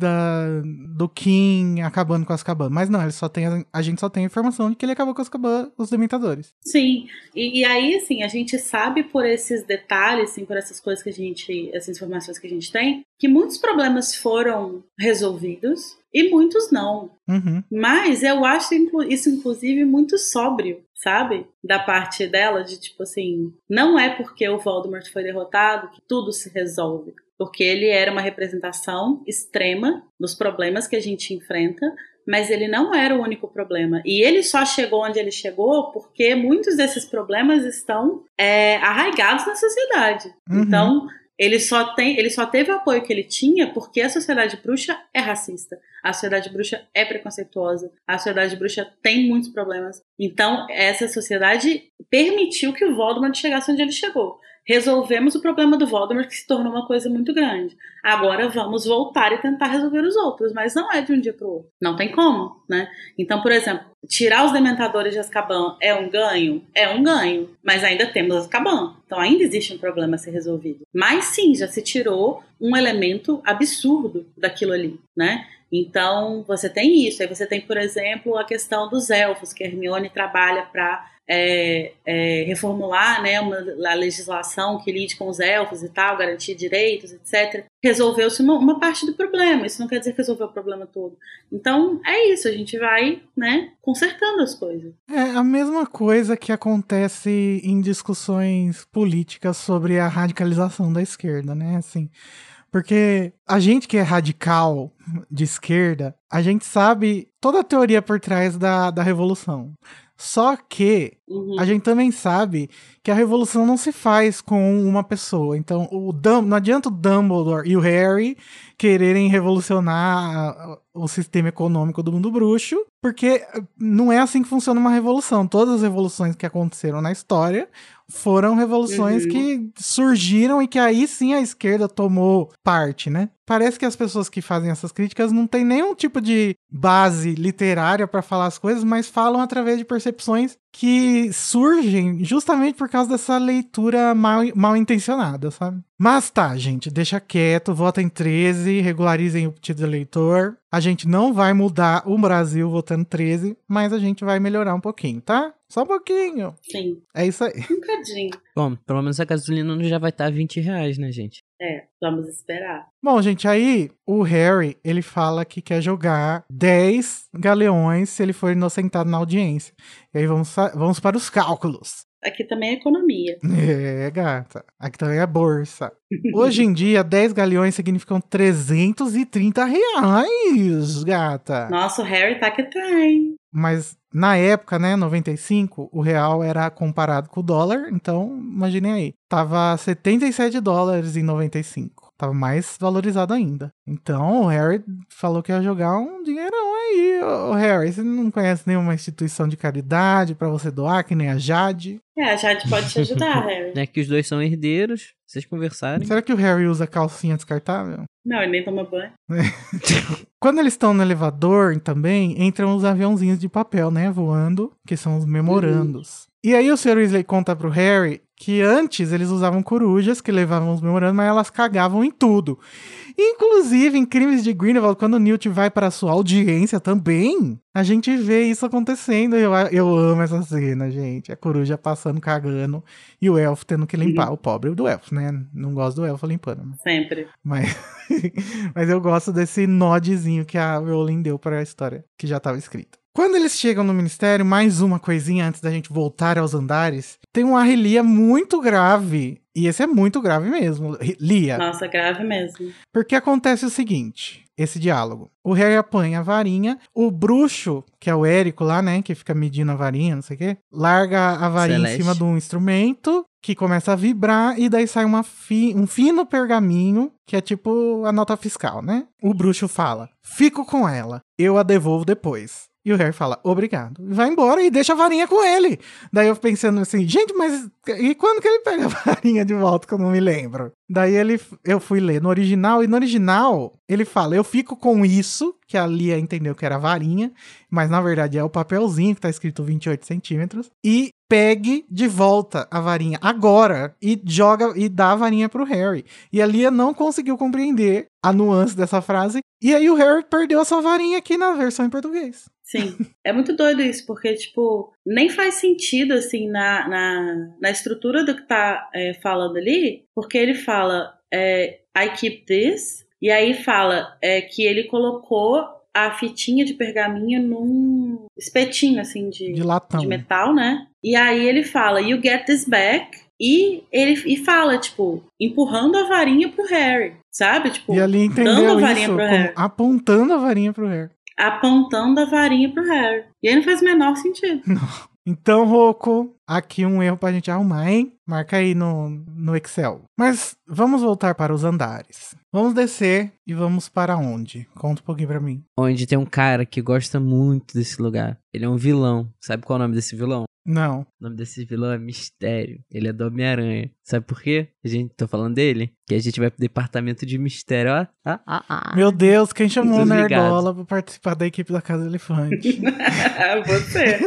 do Kim acabando com Azkaban. Mas não, a gente só tem a informação de que ele acabou com Azkaban, os Dementadores. Sim, e aí, assim, a gente sabe por esses detalhes, assim, por essas coisas essas informações que a gente tem, que muitos problemas foram resolvidos e muitos não. Mas eu acho isso, inclusive, muito sóbrio, sabe? Da parte dela, de tipo assim, não é porque o Voldemort foi derrotado que tudo se resolve. Porque ele era uma representação extrema dos problemas que a gente enfrenta, mas ele não era o único problema. E ele só chegou onde ele chegou porque muitos desses problemas estão arraigados na sociedade. Então, ele só teve o apoio que ele tinha porque a sociedade bruxa é racista. A sociedade bruxa é preconceituosa. A sociedade bruxa tem muitos problemas. Então, essa sociedade permitiu que o Voldemort chegasse onde ele chegou. Resolvemos o problema do Voldemort, que se tornou uma coisa muito grande. Agora vamos voltar e tentar resolver os outros, mas não é de um dia para o outro. Não tem como, né? Então, por exemplo, tirar os Dementadores de Azkaban é um ganho? É um ganho, mas ainda temos Azkaban. Então ainda existe um problema a ser resolvido. Mas sim, já se tirou um elemento absurdo daquilo ali, né? Então você tem isso. Aí você tem, por exemplo, a questão dos elfos, que a Hermione trabalha para reformular, né, a legislação que lide com os elfos e tal, garantir direitos, etc. Resolveu-se uma parte do problema. Isso não quer dizer que resolveu o problema todo. Então é isso, a gente vai, né, consertando as coisas. É a mesma coisa que acontece em discussões políticas sobre a radicalização da esquerda, né? Assim, porque a gente que é radical de esquerda, a gente sabe toda a teoria por trás da revolução. Só que a gente também sabe que a revolução não se faz com uma pessoa. Então, não adianta o Dumbledore e o Harry quererem revolucionar o sistema econômico do mundo bruxo, porque não é assim que funciona uma revolução. Todas as revoluções que aconteceram na história foram revoluções que surgiram e que aí sim a esquerda tomou parte, né? parece que as pessoas que fazem essas críticas não têm nenhum tipo de base literária pra falar as coisas, mas falam através de percepções que surgem justamente por causa dessa leitura mal intencionada, sabe? Mas tá, gente, deixa quieto, vota em 13, regularizem o título de eleitor. A gente não vai mudar o Brasil votando 13, mas a gente vai melhorar um pouquinho, tá? Só um pouquinho. Sim. É isso aí. Um bocadinho. Bom, pelo menos a gasolina não já vai estar R$20, né, gente? Vamos esperar. Bom, gente, aí o Harry, ele fala que quer jogar 10 galeões se ele for inocentado na audiência. E aí vamos para os cálculos. Aqui também é economia. É, gata. Aqui também é bolsa. Hoje em dia, 10 galeões significam R$330, gata. Nossa, o Harry tá que tem. Mas na época, né, 95, o real era comparado com o dólar, então imaginem aí. Tava $77 em 95. Tava mais valorizado ainda. Então o Harry falou que ia jogar um dinheirão aí. Ô Harry, você não conhece nenhuma instituição de caridade pra você doar, que nem a Jade? A Jade pode te ajudar, Harry. É que os dois são herdeiros, vocês conversarem. Será que o Harry usa calcinha descartável? Não, ele nem toma banho. Quando eles estão no elevador também, entram os aviãozinhos de papel, né, voando, que são os memorandos. E aí o Sr. Weasley conta pro Harry que antes eles usavam corujas que levavam os memorandos, mas elas cagavam em tudo. Inclusive, em Crimes de Grindelwald, quando o Newt vai para a sua audiência também, a gente vê isso acontecendo. Eu amo essa cena, gente. A coruja passando, cagando, e o elfo tendo que limpar. O pobre do elfo, né? Não gosto do elfo limpando. Sempre. Mas eu gosto desse nodezinho que a Rowling deu para a história, que já estava escrita. Quando eles chegam no ministério, mais uma coisinha antes da gente voltar aos andares, tem uma relia muito grave. E esse é muito grave mesmo, Lia. Nossa, grave mesmo. Porque acontece o seguinte, esse diálogo. O Harry apanha a varinha, o bruxo, que é o Érico lá, né, que fica medindo a varinha, não sei o quê, larga a varinha Celeste. em cima de um instrumento que começa a vibrar e daí sai um fino pergaminho, que é tipo a nota fiscal, né? O bruxo fala, fico com ela, eu a devolvo depois. E o Harry fala, obrigado. E vai embora e deixa a varinha com ele. Daí eu pensando assim, gente, mas e quando que ele pega a varinha de volta que eu não me lembro? Daí eu fui ler no original, e no original ele fala, eu fico com isso, que a Lia entendeu que era a varinha, mas na verdade é o papelzinho que tá escrito 28 centímetros, e pegue de volta a varinha agora, e joga e dá a varinha pro Harry. E a Lia não conseguiu compreender a nuance dessa frase, e aí o Harry perdeu a sua varinha aqui na versão em português. Sim, é muito doido isso, porque, tipo, nem faz sentido, assim, na estrutura do que tá falando ali, porque ele fala, I keep this, e aí fala que ele colocou a fitinha de pergaminho num espetinho, assim, de latão, de metal, né? E aí ele fala, you get this back, e ele fala, tipo, empurrando a varinha pro Harry, sabe? Tipo, e ali entendeu dando a varinha isso pro como Harry. apontando a varinha pro Harry. Apontando a varinha pro Harry. E aí não faz o menor sentido. Então, Rocco, aqui um erro pra gente arrumar, hein? Marca aí no Excel. Mas vamos voltar para os andares. Vamos descer e vamos para onde? Conta um pouquinho pra mim. Onde tem um cara que gosta muito desse lugar. Ele é um vilão. Sabe qual é o nome desse vilão? Não. O nome desse vilão é Mistério. Ele é do Homem-Aranha. Sabe por quê? Tô falando dele? Que a gente vai pro departamento de mistério, ó. Meu Deus, quem chamou o Tudo ligado. Nerdola pra participar da equipe da Casa do Elefante? Você.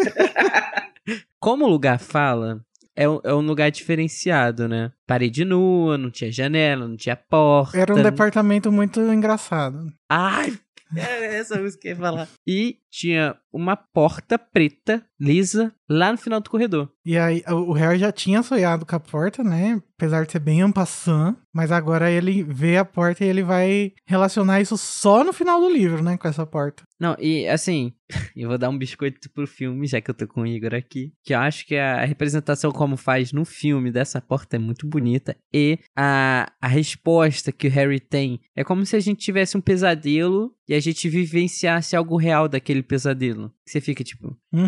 Como o lugar fala, é um lugar diferenciado, né? Parede nua, não tinha janela, não tinha porta. Era um departamento muito engraçado. Ai, era essa música que eu ia falar. E tinha uma porta preta, lisa, lá no final do corredor. E aí, o Harry já tinha sonhado com a porta, né? Apesar de ser bem en passant, mas agora ele vê a porta e ele vai relacionar isso só no final do livro, né? Com essa porta. Não, e assim, eu vou dar um biscoito pro filme, já que eu tô com o Igor aqui, que eu acho que a representação como faz no filme dessa porta é muito bonita, e a resposta que o Harry tem é como se a gente tivesse um pesadelo e a gente vivenciasse algo real daquele pesadelo. Você fica tipo,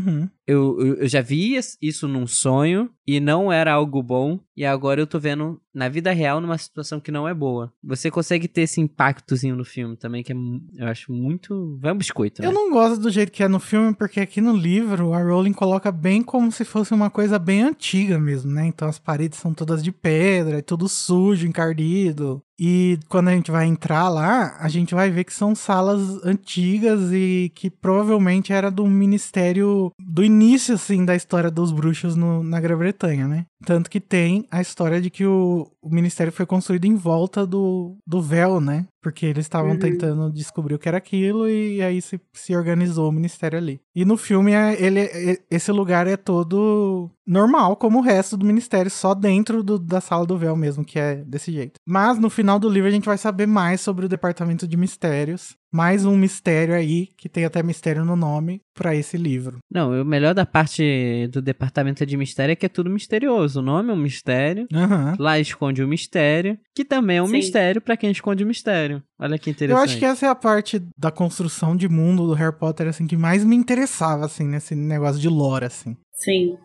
eu já vi isso num sonho e não era algo bom, e agora eu tô vendo na vida real numa situação que não é boa. Você consegue ter esse impactozinho no filme também, que eu acho muito... Vai um biscoito, né? Eu não gosto do jeito que é no filme, porque aqui no livro a Rowling coloca bem como se fosse uma coisa bem antiga mesmo, né? Então as paredes são todas de pedra, é tudo sujo, encardido. E quando a gente vai entrar lá, a gente vai ver que são salas antigas e que provavelmente era do ministério do início, assim, da história dos bruxos na Grã-Bretanha, né? Tanto que tem a história de que o ministério foi construído em volta do véu, né? Porque eles estavam tentando descobrir o que era aquilo e aí se organizou o ministério ali. E no filme, esse lugar é todo normal, como o resto do ministério, só dentro da sala do véu mesmo, que é desse jeito. Mas no final do livro a gente vai saber mais sobre o departamento de mistérios. Mais um mistério aí, que tem até mistério no nome, pra esse livro. Não, o melhor da parte do departamento de mistério é que é tudo misterioso. O nome é um mistério, lá esconde o mistério, que também é um mistério pra quem esconde o mistério. Olha que interessante. Eu acho que essa é a parte da construção de mundo do Harry Potter, assim, que mais me interessava, assim, nesse negócio de lore, assim. Sim.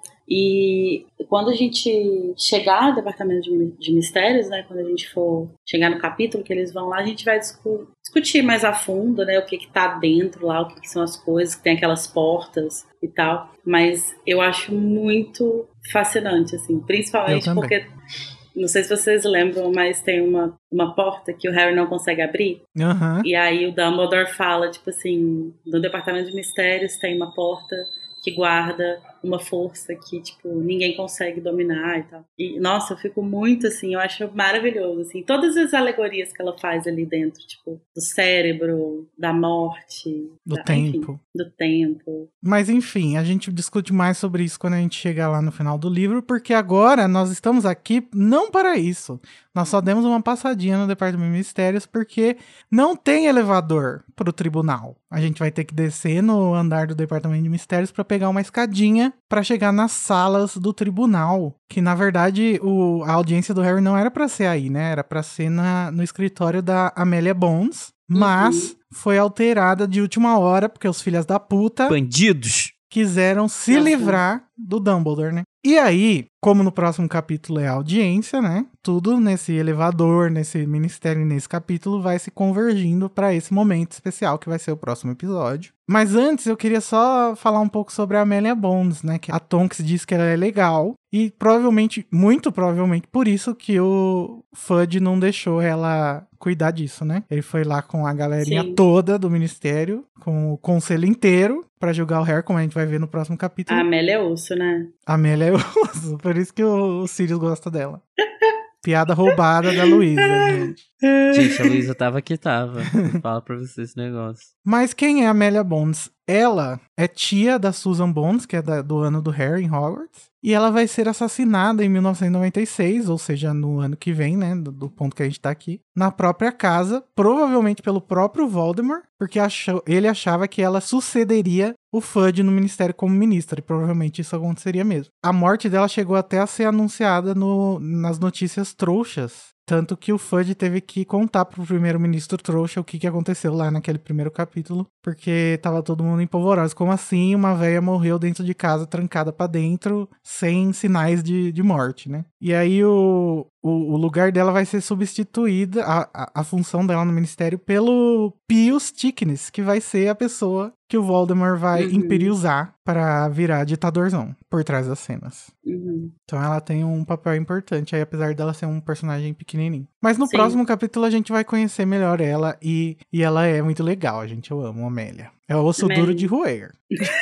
E quando a gente chegar no departamento de mistérios, né, quando a gente for chegar no capítulo que eles vão lá, a gente vai discutir mais a fundo, né, o que tá dentro lá, o que são as coisas, que tem aquelas portas e tal. Mas eu acho muito fascinante, assim, principalmente porque, não sei se vocês lembram, mas tem uma porta que o Harry não consegue abrir. E aí o Dumbledore fala, tipo assim, no departamento de mistérios tem uma porta que guarda uma força que, tipo, ninguém consegue dominar e tal. E, nossa, eu fico muito, assim, eu acho maravilhoso, assim, todas as alegorias que ela faz ali dentro, tipo, do cérebro, da morte, do tempo. Enfim, do tempo. Mas, enfim, a gente discute mais sobre isso quando a gente chegar lá no final do livro, porque agora nós estamos aqui não para isso. Nós só demos uma passadinha no Departamento de Mistérios porque não tem elevador pro tribunal. A gente vai ter que descer no andar do Departamento de Mistérios para pegar uma escadinha para chegar nas salas do tribunal, que na verdade a audiência do Harry não era para ser aí, né? Era para ser no escritório da Amélia Bones, mas foi alterada de última hora porque os filhos da puta, bandidos, quiseram se livrar do Dumbledore, né? E aí, como no próximo capítulo é a audiência, né? Tudo nesse elevador, nesse ministério, nesse capítulo vai se convergindo para esse momento especial que vai ser o próximo episódio. Mas antes eu queria só falar um pouco sobre a Amélia Bones, né? Que a Tonks diz que ela é legal e provavelmente, muito provavelmente por isso que o Fudge não deixou ela cuidar disso, né? Ele foi lá com a galerinha toda do ministério, com o conselho inteiro, pra julgar o Harry, como a gente vai ver no próximo capítulo. A Amélia é osso, né? A Amélia é osso, por isso que o Sirius gosta dela. Piada roubada da Luísa, gente. Gente, a Luísa tava que tava. Fala pra vocês esse negócio. Mas quem é a Amélia Bones? Ela é tia da Susan Bones, que é do ano do Harry em Hogwarts. E ela vai ser assassinada em 1996, ou seja, no ano que vem, né, do ponto que a gente tá aqui, na própria casa, provavelmente pelo próprio Voldemort, porque ele achava que ela sucederia o Fudge no ministério como ministra, e provavelmente isso aconteceria mesmo. A morte dela chegou até a ser anunciada nas notícias trouxas, tanto que o Fudge teve que contar pro primeiro-ministro trouxa o que aconteceu lá naquele primeiro capítulo, porque tava todo mundo em polvorosa. Como assim uma velha morreu dentro de casa, trancada pra dentro, sem sinais de morte, né? E aí o lugar dela vai ser substituída, a função dela no ministério, pelo Pius Ticnes, que vai ser a pessoa que o Voldemort vai imperiosar para virar ditadorzão por trás das cenas. Então ela tem um papel importante aí, apesar dela ser um personagem pequenininho. Mas no próximo capítulo a gente vai conhecer melhor ela e ela é muito legal, gente. Eu amo a Amélia. É o osso duro de roer.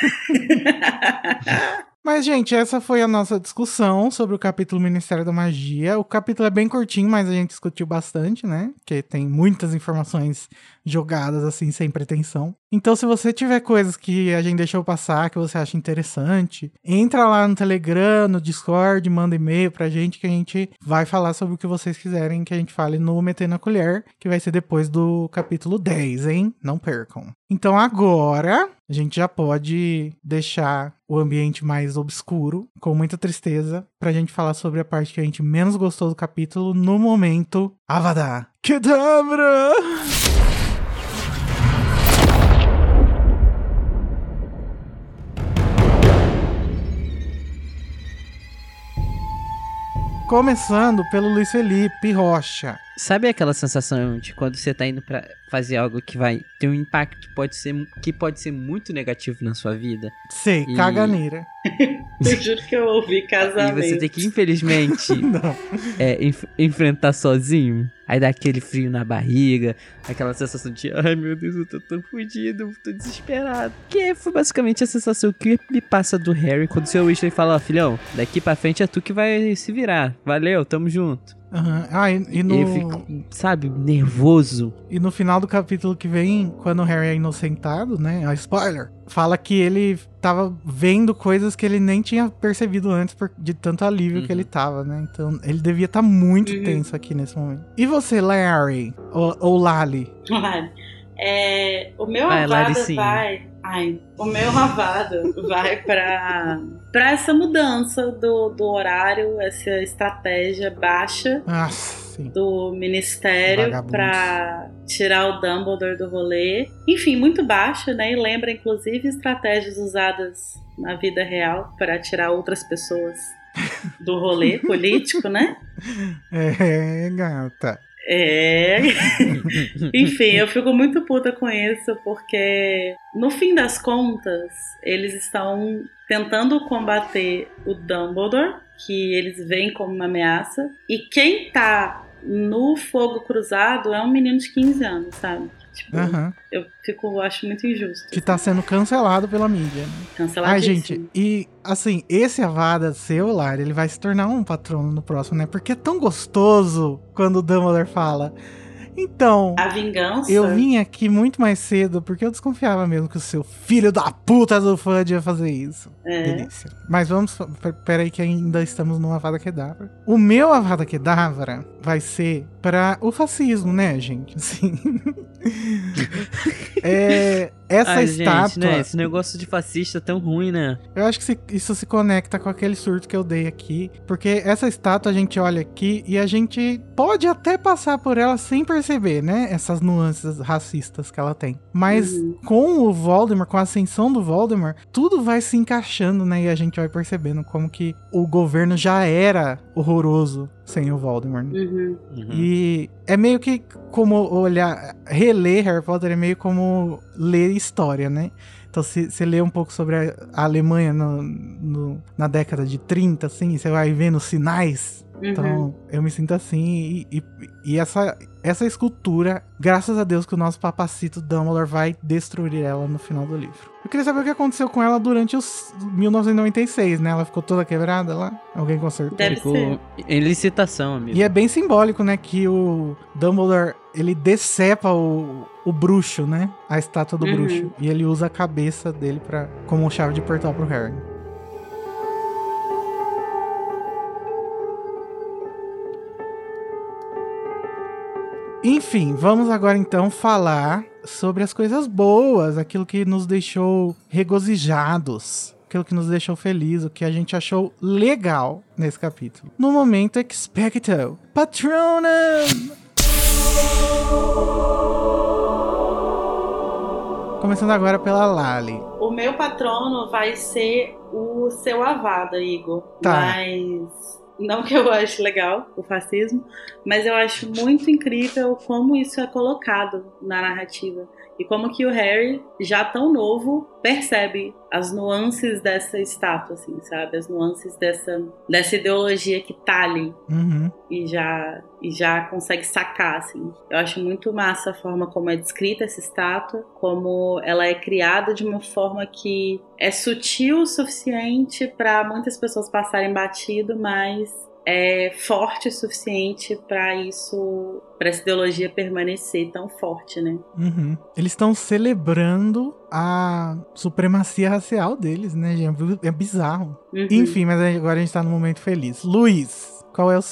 Mas, gente, essa foi a nossa discussão sobre o capítulo Ministério da Magia. O capítulo é bem curtinho, mas a gente discutiu bastante, né? Porque tem muitas informações jogadas, assim, sem pretensão. Então, se você tiver coisas que a gente deixou passar, que você acha interessante, entra lá no Telegram, no Discord, manda e-mail pra gente, que a gente vai falar sobre o que vocês quiserem que a gente fale no Meter na Colher, que vai ser depois do capítulo 10, hein? Não percam. Então, agora, a gente já pode deixar o ambiente mais obscuro, com muita tristeza, pra gente falar sobre a parte que a gente menos gostou do capítulo, no momento Avada Kedavra! Começando pelo Luiz Felipe Rocha. Sabe aquela sensação de quando você tá indo pra fazer algo que vai ter um impacto que pode ser muito negativo na sua vida? Sei, caganeira. Eu juro que eu ouvi casamento. E você tem que, infelizmente, Não. enfrentar sozinho. Aí dá aquele frio na barriga, aquela sensação de, ai meu Deus, eu tô tão fodido, tô desesperado. Que foi basicamente a sensação que me passa do Harry quando o Sr. Weasley fala, ó, filhão, daqui pra frente é tu que vai se virar. Valeu, tamo junto. Uhum. Ah, e no... Eu fico, sabe, nervoso. E no final do capítulo que vem, quando o Harry é inocentado, né? Spoiler! Fala que ele tava vendo coisas que ele nem tinha percebido antes de tanto alívio que ele tava, né? Então ele devia estar muito tenso aqui nesse momento. E você, Larry? Ou Lali? Lali. O meu Lali, avado sim. o meu avado vai pra essa mudança do horário, essa estratégia baixa do Ministério Vagabundo. pra tirar o Dumbledore do rolê. Enfim, muito baixa, né? E lembra, inclusive, estratégias usadas na vida real para tirar outras pessoas do rolê político, né? Gata. Enfim, eu fico muito puta com isso, porque no fim das contas, eles estão tentando combater o Dumbledore, que eles veem como uma ameaça, e quem tá no fogo cruzado é um menino de 15 anos, sabe? Tipo, eu acho muito injusto. Que tá sendo cancelado pela mídia, né? Canceladíssimo. Gente, e assim, esse Avada seu, Lar, ele vai se tornar um patrono no próximo, né? Porque é tão gostoso quando o Dumbledore fala. Então, a vingança. Eu vim aqui muito mais cedo porque eu desconfiava mesmo que o seu filho da puta do Fudge ia fazer isso. Delícia. Mas vamos, peraí que ainda estamos no Avada Kedavra. O meu Avada Kedavra vai ser pra o fascismo, né, gente? Assim. Essa estátua... Gente, né? Esse negócio de fascista é tão ruim, né? Eu acho que isso se conecta com aquele surto que eu dei aqui. Porque essa estátua a gente olha aqui e a gente pode até passar por ela sem perceber, né? Essas nuances racistas que ela tem. Mas com o Voldemort, com a ascensão do Voldemort, tudo vai se encaixando, né? E a gente vai percebendo como que o governo já era horroroso sem o Voldemort. E é meio que como reler Harry Potter é meio como ler história, né? Então, se você lê um pouco sobre a Alemanha na década de 30, assim, você vai vendo sinais. Então, eu me sinto assim. E essa escultura, graças a Deus que o nosso papacito Dumbledore vai destruir ela no final do livro. Eu queria saber o que aconteceu com ela durante os 1996, né? Ela ficou toda quebrada lá? Alguém consertou? Ficou em licitação, amigo. E é bem simbólico, né? Que o Dumbledore, ele decepa o bruxo, né? A estátua do bruxo. E ele usa a cabeça dele como chave de portal pro Harry. Enfim, vamos agora então falar sobre as coisas boas, aquilo que nos deixou regozijados, aquilo que nos deixou felizes, o que a gente achou legal nesse capítulo. No momento Expecto Patronum! Começando agora pela Lali. O meu patrono vai ser o seu Avada, Igor. Tá. Mas... não que eu ache legal o fascismo, mas eu acho muito incrível como isso é colocado na narrativa. E como que o Harry, já tão novo, percebe as nuances dessa estátua, assim, sabe? As nuances dessa ideologia que tá ali. E já consegue sacar, assim. Eu acho muito massa a forma como é descrita essa estátua, como ela é criada de uma forma que é sutil o suficiente para muitas pessoas passarem batido, mas é forte o suficiente para essa ideologia permanecer tão forte, né? Eles estão celebrando a supremacia racial deles, né? É bizarro. Enfim, mas agora a gente tá num momento feliz. Luiz, qual é o seu?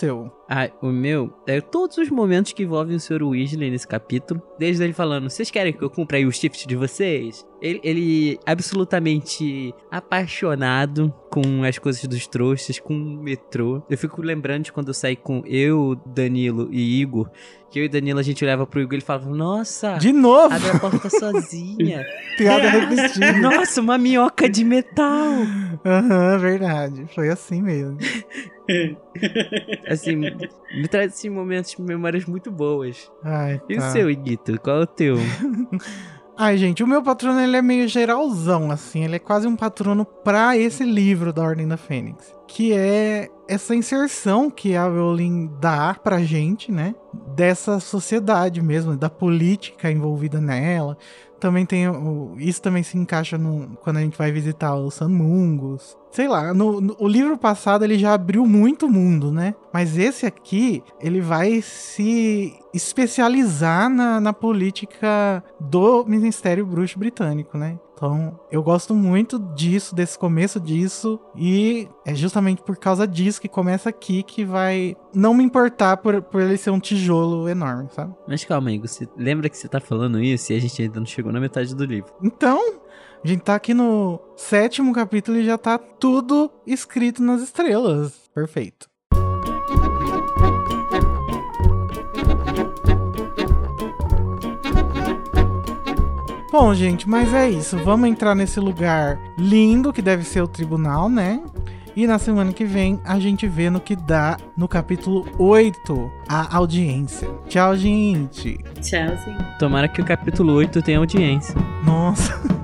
O meu é todos os momentos que envolvem o Sr. Weasley nesse capítulo. Desde ele falando, vocês querem que eu cumpra aí o shift de vocês? Ele absolutamente apaixonado com as coisas dos trouxas, com o metrô. Eu fico lembrando de quando eu saí com eu, Danilo e Igor, que eu e Danilo a gente olhava pro Igor e ele falava, nossa, De novo! abre a porta sozinha. Piada repetida. Nossa, uma minhoca de metal. Aham, verdade. Foi assim mesmo. Assim, me traz esses momentos, memórias muito boas. Ai, E tá. o seu, Iguito? Qual é o teu? Ai, gente, o meu patrono, ele é meio geralzão, assim. Ele é quase um patrono pra esse livro da Ordem da Fênix. Que é essa inserção que a Rowling dá pra gente, né? Dessa sociedade mesmo, da política envolvida nela. Também tem isso também se encaixa quando a gente vai visitar os Sanmungus. Sei lá, o livro passado ele já abriu muito o mundo, né? Mas esse aqui, ele vai se especializar na política do Ministério Bruxo Britânico, né? Então, eu gosto muito disso, desse começo disso, e é justamente por causa disso que começa aqui que vai não me importar por ele ser um tijolo enorme, sabe? Mas calma, Igor, você lembra que você tá falando isso e a gente ainda não chegou na metade do livro. Então, a gente tá aqui no 7º capítulo e já tá tudo escrito nas estrelas. Perfeito. Bom, gente, mas é isso. Vamos entrar nesse lugar lindo que deve ser o tribunal, né? E na semana que vem a gente vê no que dá no capítulo 8 a audiência. Tchau, gente. Tchauzinho. Tomara que o capítulo 8 tenha audiência. Nossa.